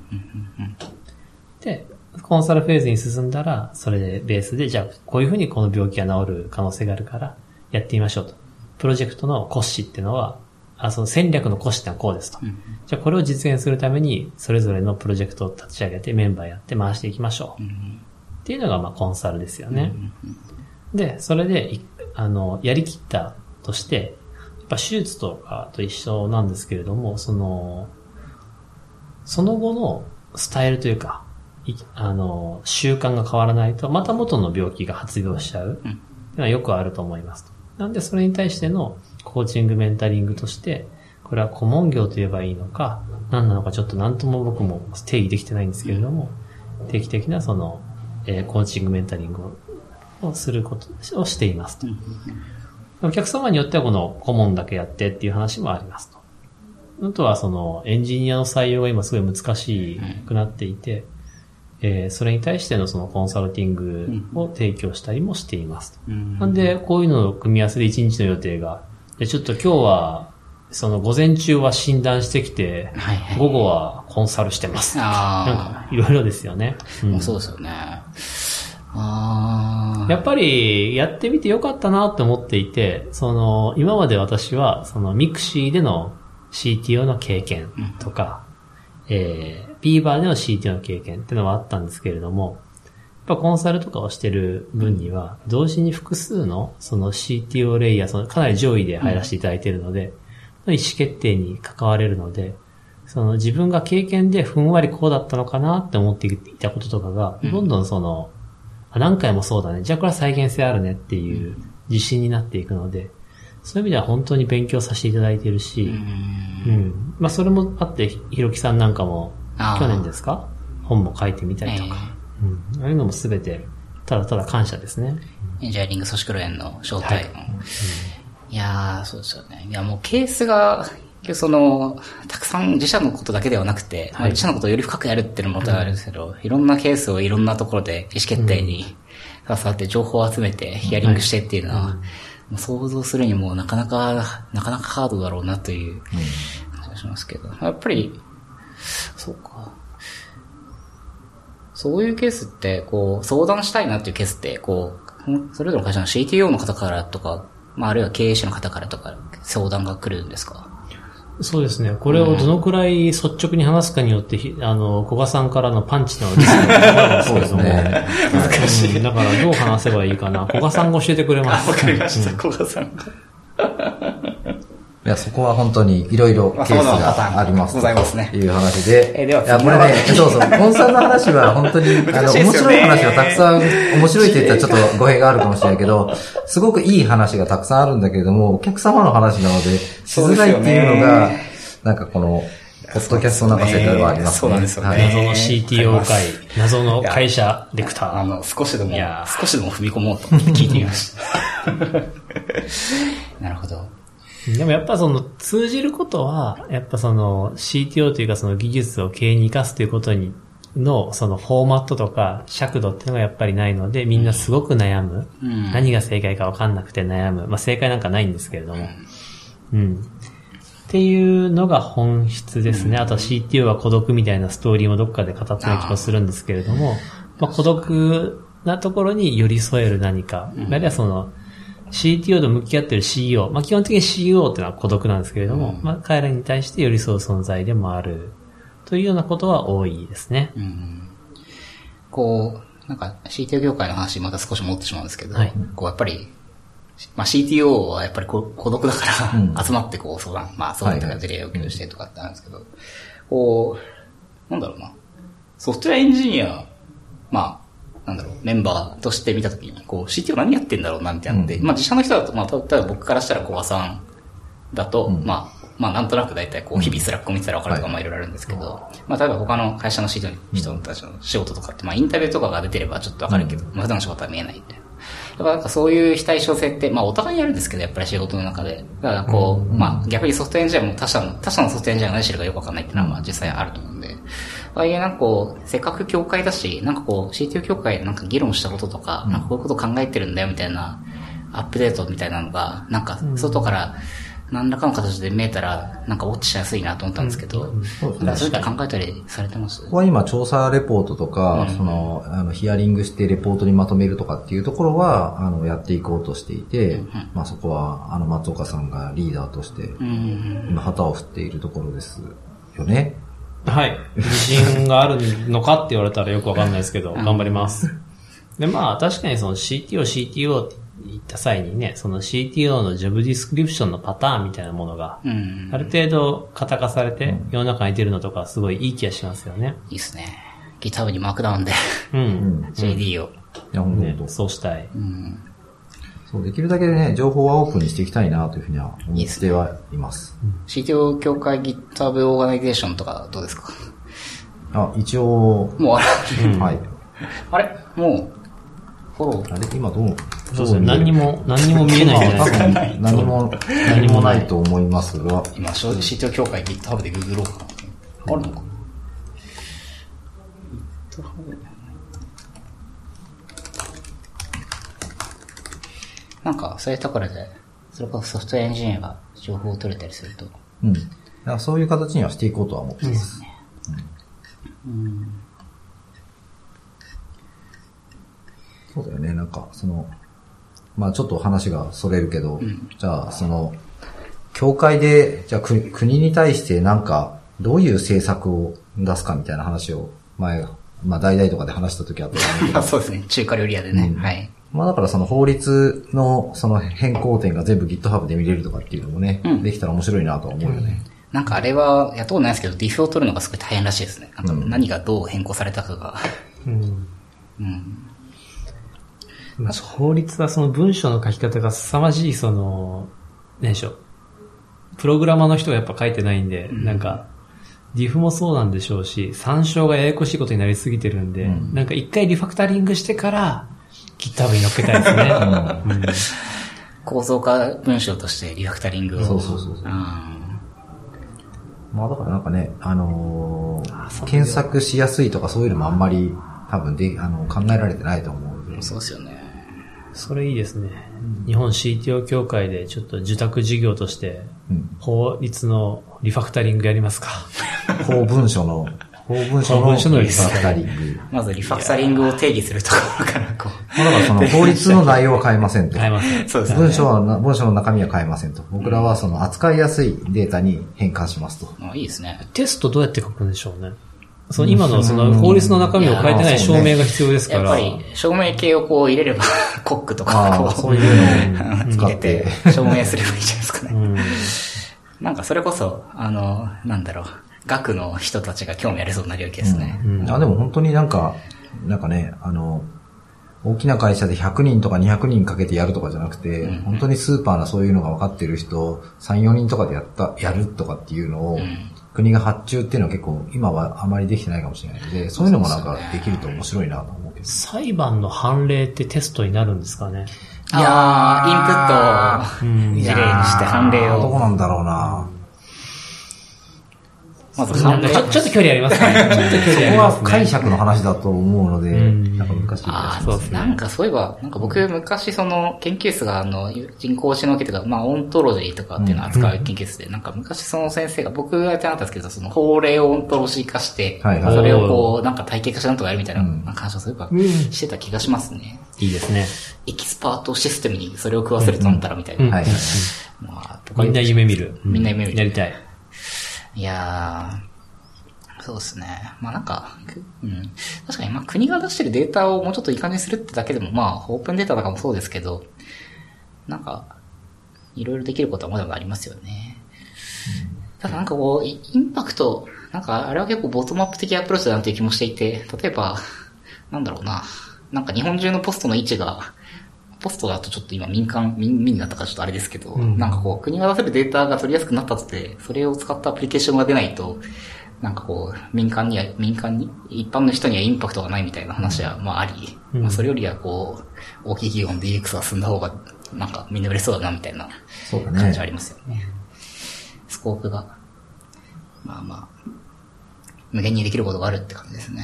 で、コンサルフェーズに進んだら、それでベースで、じゃあ、こういうふうにこの病気が治る可能性があるから、やってみましょうと。プロジェクトの骨子っていうのは、その戦略の骨子ってのはこうですと。じゃあ、これを実現するために、それぞれのプロジェクトを立ち上げて、メンバーやって回していきましょう。っていうのが、コンサルですよね。で、それで、やりきったとして、やっぱ手術とかと一緒なんですけれども、その後のスタイルというか、習慣が変わらないと、また元の病気が発病しちゃう。っていうのはよくあると思います。なんで、それに対してのコーチング、メンタリングとして、これは顧問業と言えばいいのか、何なのかちょっと何とも僕も定義できてないんですけれども、定期的なコーチング、メンタリングをすることをしていますと。お客様によってはこの顧問だけやってっていう話もありますと。あとはエンジニアの採用が今すごい難しくなっていて、それに対してのコンサルティングを提供したりもしていますと。なんで、こういうのの組み合わせで1日の予定が、ちょっと今日は、午前中は診断してきて、午後はコンサルしてます。なんか、いろいろですよね。 そうですよね。 やっぱり、やってみてよかったなって思っていて、今まで私は、ミクシーでのCTO の経験とか、Beaver での CTO の経験っていうのはあったんですけれども、やっぱコンサルとかをしてる分には、同時に複数のCTO レイヤー、かなり上位で入らせていただいているので、意思決定に関われるので、自分が経験でふんわりこうだったのかなって思っていたこととかが、どんどん何回もそうだね、じゃあこれは再現性あるねっていう自信になっていくので、そういう意味では本当に勉強させていただいているし、それもあって、ひろきさんなんかも、去年ですか？本も書いてみたりとか、ああいうのもすべて、ただただ感謝ですね。 エンジニアリング組織論の招待の。いやー、そうですよね。いや、もうケースが、たくさん自社のことだけではなくて、自社のことをより深くやるっていうのもまたあるんですけど、いろんなケースをいろんなところで意思決定に携わって情報を集めてヒアリングしてっていうのは、想像するにもなかなかハードだろうなという感じがしますけど、やっぱり、そうか。そういうケースって、相談したいなっていうケースって、それぞれの会社の CTO の方からとか、あるいは経営者の方からとか、相談が来るんですか？ そうですね。これをどのくらい率直に話すかによって、小賀さんからのパンチのリスクが変わるんですけれども。難しい。だからどう話せばいいかな。小賀さんが教えてくれます。 わかりました、小賀さん。 いや、そこは本当にいろいろケースがあります。 ございますね。 いう話で。 では、 いや、これね、そうそう、コンサルの話は本当に、面白い話はたくさん、面白いって言ったらちょっと語弊があるかもしれないけど、すごくいい話がたくさんあるんだけれども、お客様の話なので、しづらいっていうのが、なんかこの、ポッドキャストの中世界はありますね。 そうなんですよね。 謎の CTO 会、謎の会社レクター。 少しでも踏み込もうと思って聞いてみました。なるほど。 でもやっぱ通じることは、やっぱCTO というか技術を経営に生かすということのフォーマットとか尺度っていうのがやっぱりないので、みんなすごく悩む。何が正解か分かんなくて悩む。正解なんかないんですけれども。っていうのが本質ですね。あと CTO は孤独みたいなストーリーもどっかで語ってない気もするんですけれども、孤独なところに寄り添える何か。あるいは CTO と向き合ってる CEO、基本的に CEO っていうのは孤独なんですけれども、彼らに対して寄り添う存在でもあるというようなことは多いですね。 なんか CTO 業界の話また少し持ってしまうんですけど、やっぱり、CTO はやっぱり孤独だから集まって相談、相談とか事例を共有してとかってあるんですけど、なんだろうな、ソフトウェアエンジニア、メンバーとして見たときに、CTO 何やってんだろうな、みたいなので、自社の人だと、例えば僕からしたら小和さんだと、なんとなく大体日々スラックを見てたら分かるとかいろいろあるんですけど、例えば他の会社の人たちの仕事とかって、インタビューとかが出てればちょっと分かるけど、普段の仕事は見えないみたいな。だからなんかそういう非対称性って、お互いにあるんですけど、やっぱり仕事の中で。だから逆にソフトエンジニアも他社のソフトエンジニアが何してるかよくわかんないっていうのは実際あると思うんで。ああいうせっかく協会だし、CTO 協会で議論したこととか、こういうこと考えてるんだよみたいなアップデートみたいなのが、外から何らかの形で見えたら、ウォッチしやすいなと思ったんですけど、そういった考えたりされてます？ ここは今調査レポートとか、ヒアリングしてレポートにまとめるとかっていうところは、やっていこうとしていて、そこは、松岡さんがリーダーとして、今旗を振っているところですよね。 はい。自信があるのかって言われたらよくわかんないですけど、頑張ります。で、確かにCTO って言った際にね、その CTO のジョブディスクリプションのパターンみたいなものが、ある程度型化されて世の中に出るのとかすごいいい気がしますよね。 いいですね。GitHub にマークダウンで、JD を。 いや、本当そうしたい。 そう、できるだけね、情報はオープンにしていきたいなというふうには思ってはいます。 CTO 協会 GitHub オーガナイゼーションとかどうですか？ 一応。 もうあれ、はい。 あれもう、フォロー。 あれ今どうそうですね。何にも見えないんじゃないですか。 何もないと思いますが。 今、CTO 協会 GitHub で Google かな。あるのかそういうところで、それこそソフトウェアエンジニアが情報を取れたりすると。 そういう形にはしていこうとは思ってます。そうだよね、ちょっと話がそれるけど、じゃあ、協会で、じゃあ国に対してどういう政策を出すかみたいな話を前、大々とかで話した時あったんだけど。 そうですね、中華料理屋でね。はい。 だから法律の変更点が全部 GitHub で見れるとかっていうのもね、できたら面白いなとは思うよね。 あれは、やったことないですけど、ディフを取るのがすごい大変らしいですね。何がどう変更されたかが。 法律は文章の書き方が凄まじい何でしょう。プログラマーの人がやっぱ書いてないんで、ディフもそうなんでしょうし、参照がややこしいことになりすぎてるんで、一回リファクタリングしてから、GitHub に乗っけたいですね。 構造化文章としてリファクタリングを。 そう。だからね、検索しやすいとかそういうのもあんまり多分考えられてないと思うので。 そうですよね。 それいいですね。日本 CTO 協会でちょっと受託事業として、法律のリファクタリングやりますか。 法文書のリファクタリング。 まずリファクタリングを定義するところからだから法律の内容は変えませんと。 変えません。 そうですね。 文書の中身は変えませんと。僕らは扱いやすいデータに変換しますと。 いいですね。 テストどうやって書くんでしょうね。今の法律の中身を変えてない証明が必要ですから。 やっぱり証明系を入れれば、コックとかそういうのを使って証明すればいいじゃないですかね。それこそ、学の人たちが興味ありそうになるわけですね。 でも本当にね、大きな会社で100人とか200人かけてやるとかじゃなくて、本当にスーパーなそういうのが分かってる人、3、4人とかでやるとかっていうのを、国が発注っていうのは結構今はあまりできてないかもしれないので、そういうのもできると面白いなと思うけど。 裁判の判例ってテストになるんですかね。 インプットを事例にして判例を。 どうなんだろうな。 まずちょっと距離ありますね。ちょっと距離ありますね。 そこは解釈の話だと思うので、なんか難しい気がしますね。 なんかそういえば、なんか僕昔その研究室が人工知能系というか、まあオントロジーとかっていうのを扱う研究室で、なんか昔その先生が、僕がやってなかったんですけど、その法令をオントロジー化して、それをこう、なんか体系化しなんとかやるみたいな話をそういえばしてた気がしますね。 いいですね。 エキスパートシステムにそれを食わせるとなったらみたいな。 みんな夢見る。 みんな夢見る。 やりたい。 いやー、そうですね。まあなんか、確かにまあ国が出してるデータをもうちょっといい感じにするってだけでもまあオープンデータとかもそうですけど、なんか、いろいろできることはまだまだありますよね。ただなんかこう、インパクト、なんかあれは結構ボトムアップ的アプローチだなという気もしていて、例えば、なんだろうな、なんか日本中のポストの位置が、ポストだとちょっと今民になったからちょっとあれですけど、なんかこう国が出せるデータが取りやすくなったとて、それを使ったアプリケーションが出ないと、なんかこう民間に、一般の人にはインパクトがないみたいな話はまああり、まあそれよりはこう、大きい企業の DX が進んだ方が、なんかみんな嬉しそうだなみたいな感じはありますよね。スコープが、まあまあ、無限にできることがあるって感じですね。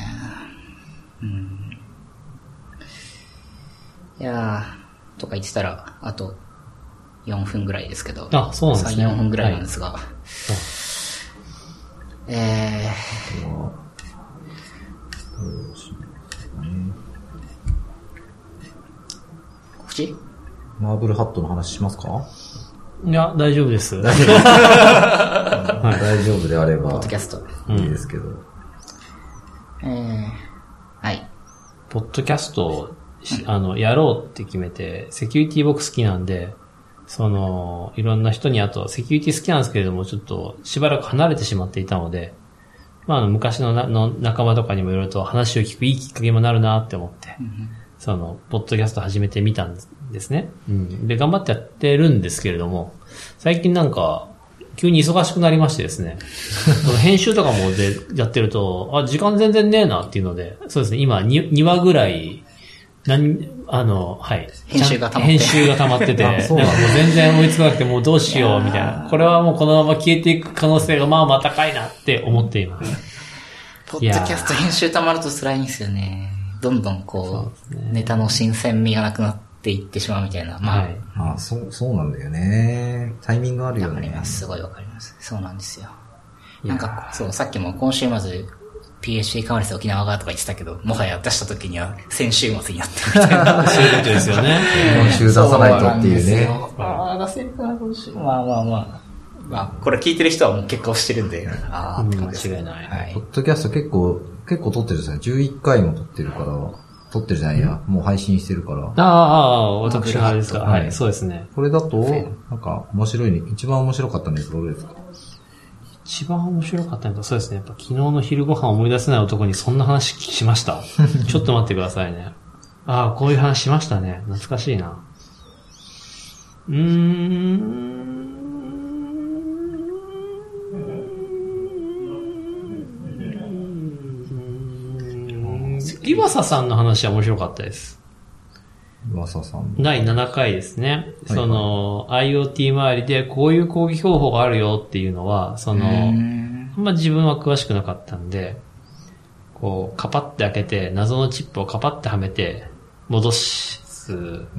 いやー、とか言ってたら、あと4分ぐらいですけど。 あ、そうなんですね。 3、4分ぐらいなんですが。はい、告知？ マーブルハットの話しますか？ いや、大丈夫です。 大丈夫であれば。 ポッドキャスト。 いいですけど。 はい。 ポッドキャストをやろうって決めて、セキュリティ僕好きなんで、いろんな人にあと、セキュリティ好きなんですけれども、ちょっとしばらく離れてしまっていたので、まあ昔の仲間とかにもいろいろと話を聞くいいきっかけにもなるなって思って、ポッドキャスト始めてみたんですね。で、頑張ってやってるんですけれども、最近なんか、急に忙しくなりましてですね、編集とかもでやってると、時間全然ねえなっていうので、そうですね、今2話ぐらい、はい。 編集が溜まってて、なんかもう全然追いつかなくてもうどうしようみたいな。これはもうこのまま消えていく可能性がまあまあ高いなって思っています。 ポッドキャスト編集溜まると辛いんですよね。どんどんこう、ネタの新鮮味がなくなっていってしまうみたいな。まあ、 そうなんだよね。タイミングあるよね。 わかります。すごいわかります。そうなんですよ。なんか、そう、さっきも今週末、PHP カンファレンス沖縄がとか言ってたけど、もはや出した時には先週末になってるみたいな。 そういうことですよね。 今週出さないとっていうね。 出せるかな、今週。まあ、これ聞いてる人はもう結果をしてるんで、 間違いない。 はい。ポッドキャスト結構撮ってるですね。11回も撮ってるから、撮ってるじゃないや、もう配信してるから。 私のあれですか。はい、そうですね。 これだと、なんか面白いね。一番面白かったのはどれですか？ 一番面白かったのはそうですね。やっぱ昨日の昼ご飯思い出せない男にそんな話しました。ちょっと待ってくださいね。こういう話しましたね。懐かしいな。岩佐さんの話は面白かったです。 岩佐さん。 第7回ですね。IoT 周りでこういう攻撃方法があるよっていうのは、自分は詳しくなかったんで、こう、カパって開けて、謎のチップをカパってはめて、戻す。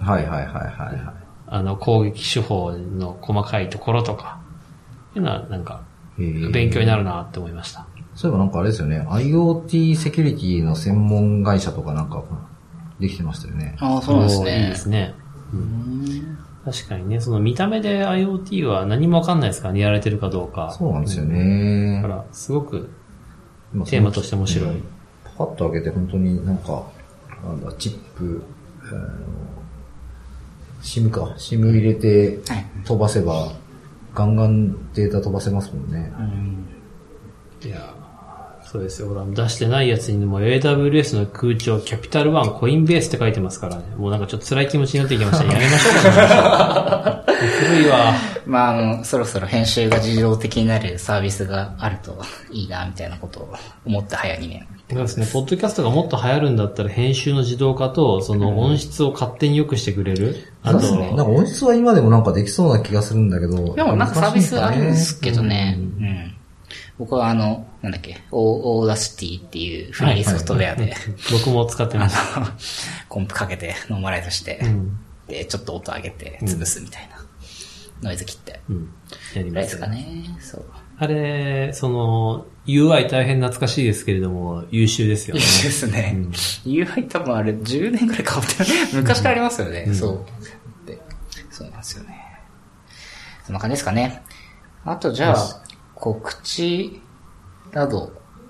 攻撃手法の細かいところとか、いうのはなんか、勉強になるなって思いました。 そういえばなんかあれですよね、IoT セキュリティの専門会社とかなんか、できてましたよね。 そうですね。 いいですね。確かにね、その見た目で IoT は何もわかんないですからね、やられてるかどうか。 そうなんですよね。 だから、すごく、テーマとして面白い。 パッと開けて本当になんか、チップ、SIM 入れて飛ばせば、ガンガンデータ飛ばせますもんね。 いやそうですよ。ほら、出してないやつにも AWS の空調、キャピタルワン、コインベースって書いてますからね。もうなんかちょっと辛い気持ちになってきました。やめましょうかね。古いわ。 まあそろそろ編集が自動的になるサービスがあるといいな、みたいなことを思った早2年。 そうですね。ポッドキャストがもっと流行るんだったら編集の自動化と、その音質を勝手に良くしてくれる。 そうですね。なんか音質は今でもなんかできそうな気がするんだけど。 でもなんかサービスあるんですけどね。 僕はなんだっけ、オーダーシティっていうフリーソフトウェアで、 僕も使ってます。 コンプかけてノーマライズして、で、ちょっと音上げて潰すみたいな。ノイズ切って。 やります。 ですかね。そう。 あれ、UI 大変懐かしいですけれども、優秀ですよね。 優秀ですね。UI 多分あれ10年くらい変わってない。昔からありますよね。そう。そうなんですよね。そんな感じですかね。あとじゃあ、告知など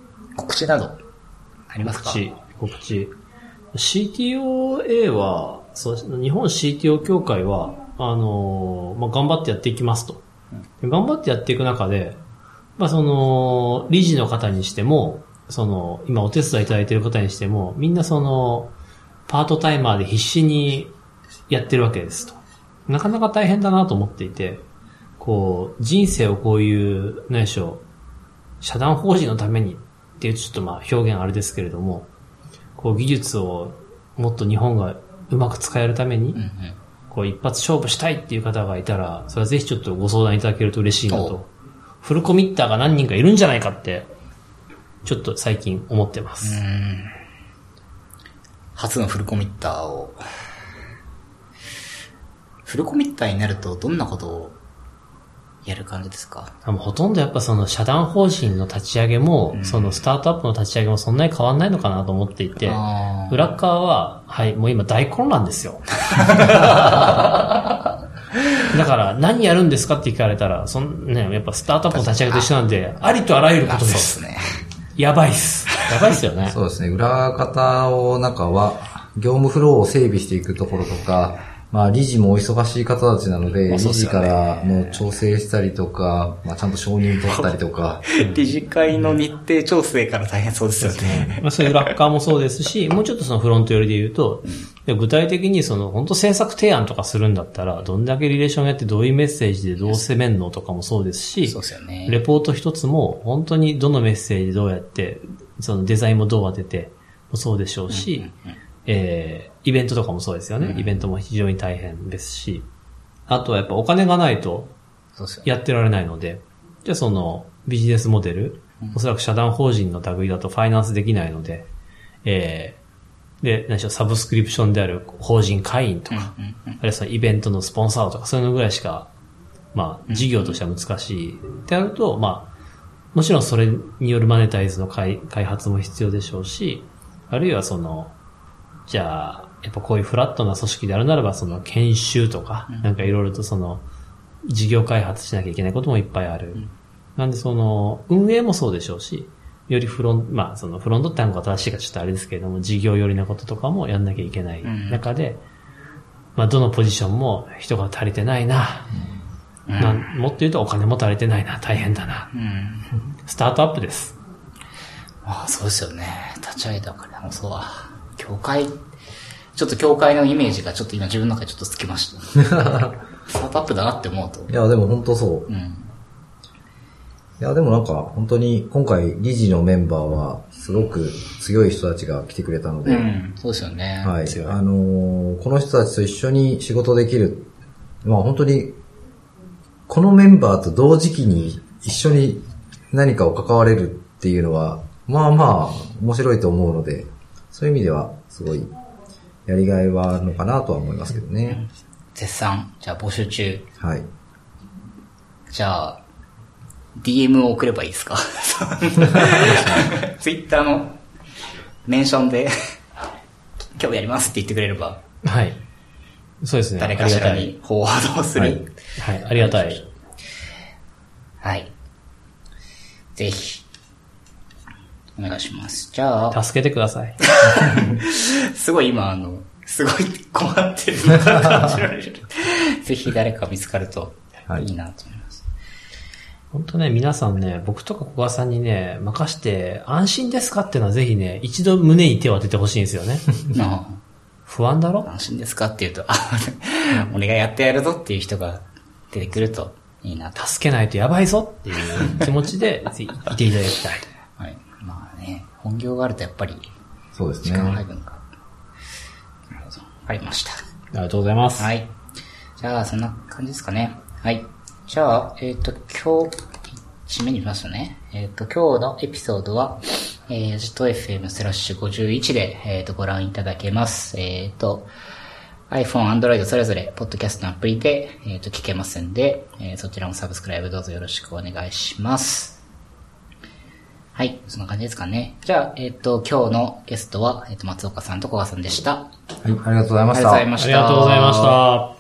ありますか？ 告知。CTOA は、日本 CTO 協会は、頑張ってやっていきますと。頑張ってやっていく中で、理事の方にしても、今お手伝いいただいている方にしても、みんなパートタイマーで必死にやってるわけですと。なかなか大変だなと思っていて、人生をこういう、何でしょう、社団法人のためにっていうちょっと表現あれですけれども、技術をもっと日本がうまく使えるために、一発勝負したいっていう方がいたら、それはぜひちょっとご相談いただけると嬉しいなと。フルコミッターが何人かいるんじゃないかって、ちょっと最近思ってます。 初のフルコミッターを。フルコミッターになるとどんなことをやる感じですか？ ほとんどやっぱ社団法人の立ち上げも、スタートアップの立ち上げもそんなに変わんないのかなと思っていて、裏側は、もう今大混乱ですよ。だから何やるんですかって聞かれたら、やっぱスタートアップの立ち上げと一緒なんで、ありとあらゆることです。 そうですね。 やばいっす。やばいっすよね。 そうですね。裏方を業務フローを整備していくところとか、理事もお忙しい方たちなので、理事からの調整したりとか、ちゃんと承認取ったりとか。 理事会の日程調整から大変そうですよね。 そういう裏側もそうですし、もうちょっとフロント寄りで言うと、具体的に本当政策提案とかするんだったら、どんだけリレーションやってどういうメッセージでどう攻めんのとかもそうですし、 そうですよね。 レポート一つも本当にどのメッセージどうやって、デザインもどう当ててもそうでしょうし、イベントとかもそうですよね。イベントも非常に大変ですし、あとはやっぱお金がないとやってられないので、じゃあビジネスモデル、おそらく社団法人の類だとファイナンスできないので、で、何でしょう、サブスクリプションである法人会員とか、あるいはイベントのスポンサーとかそういうのぐらいしか、事業としては難しいってなると、もちろんそれによるマネタイズの開発も必要でしょうし、あるいはじゃあ、やっぱこういうフラットな組織であるならば、研修とか、いろいろと事業開発しなきゃいけないこともいっぱいある。なんで運営もそうでしょうし、よりフロントって単語が正しいかちょっとあれですけれども、事業寄りなこととかもやんなきゃいけない中で、どのポジションも人が足りてないな。もっと言うとお金も足りてないな。大変だな。スタートアップです。 そうですよね。立ち上げたからもそうちょっと協会のイメージがちょっと今自分の中でちょっとつきました。スタートアップだなって思うと。 いや、でも本当そう。いや、でも本当に今回理事のメンバーはすごく強い人たちが来てくれたので。 そうですよね。 はい。この人たちと一緒に仕事できる。本当に、このメンバーと同時期に一緒に何かを関われるっていうのは、面白いと思うので、そういう意味では、すごい、やりがいはあるのかなとは思いますけどね。 絶賛、じゃあ募集中。 はい。 じゃあ、DM を送ればいいですか？Twitter のメンションで、今日やりますって言ってくれれば。 はい。そうですね。 誰かしらにフォワードをする。 はい、ありがたい。 はい。ぜひ。お願いします。じゃあ。 助けてください。 すごい今すごい困ってるのが感じられる。ぜひ誰か見つかるといいなと思います。 本当ね、皆さんね、僕とか小川さんにね、任して安心ですかっていうのはぜひね、一度胸に手を当ててほしいんですよね。不安だろ？ 安心ですかって言うと、お願いやってやるぞっていう人が出てくるといいなと。 助けないとやばいぞっていう気持ちで、ぜひいていただきたい。 はい。本業があるとやっぱり、 そうですね。 時間配分が。なるほど。わかりました。 ありがとうございます。 はい。じゃあ、そんな感じですかね。はい。じゃあ、今日、締めにしますよね。 今日のエピソードは、ZFM/51 で、ご覧いただけます。iPhone、Android それぞれ、ポッドキャストのアプリで、聞けますんで、そちらもサブスクライブどうぞよろしくお願いします。はい、そんな感じですかね。じゃあ、今日のゲストは、松岡さんと古賀さんでした。はい、ありがとうございました。 ありがとうございました。 ありがとうございました。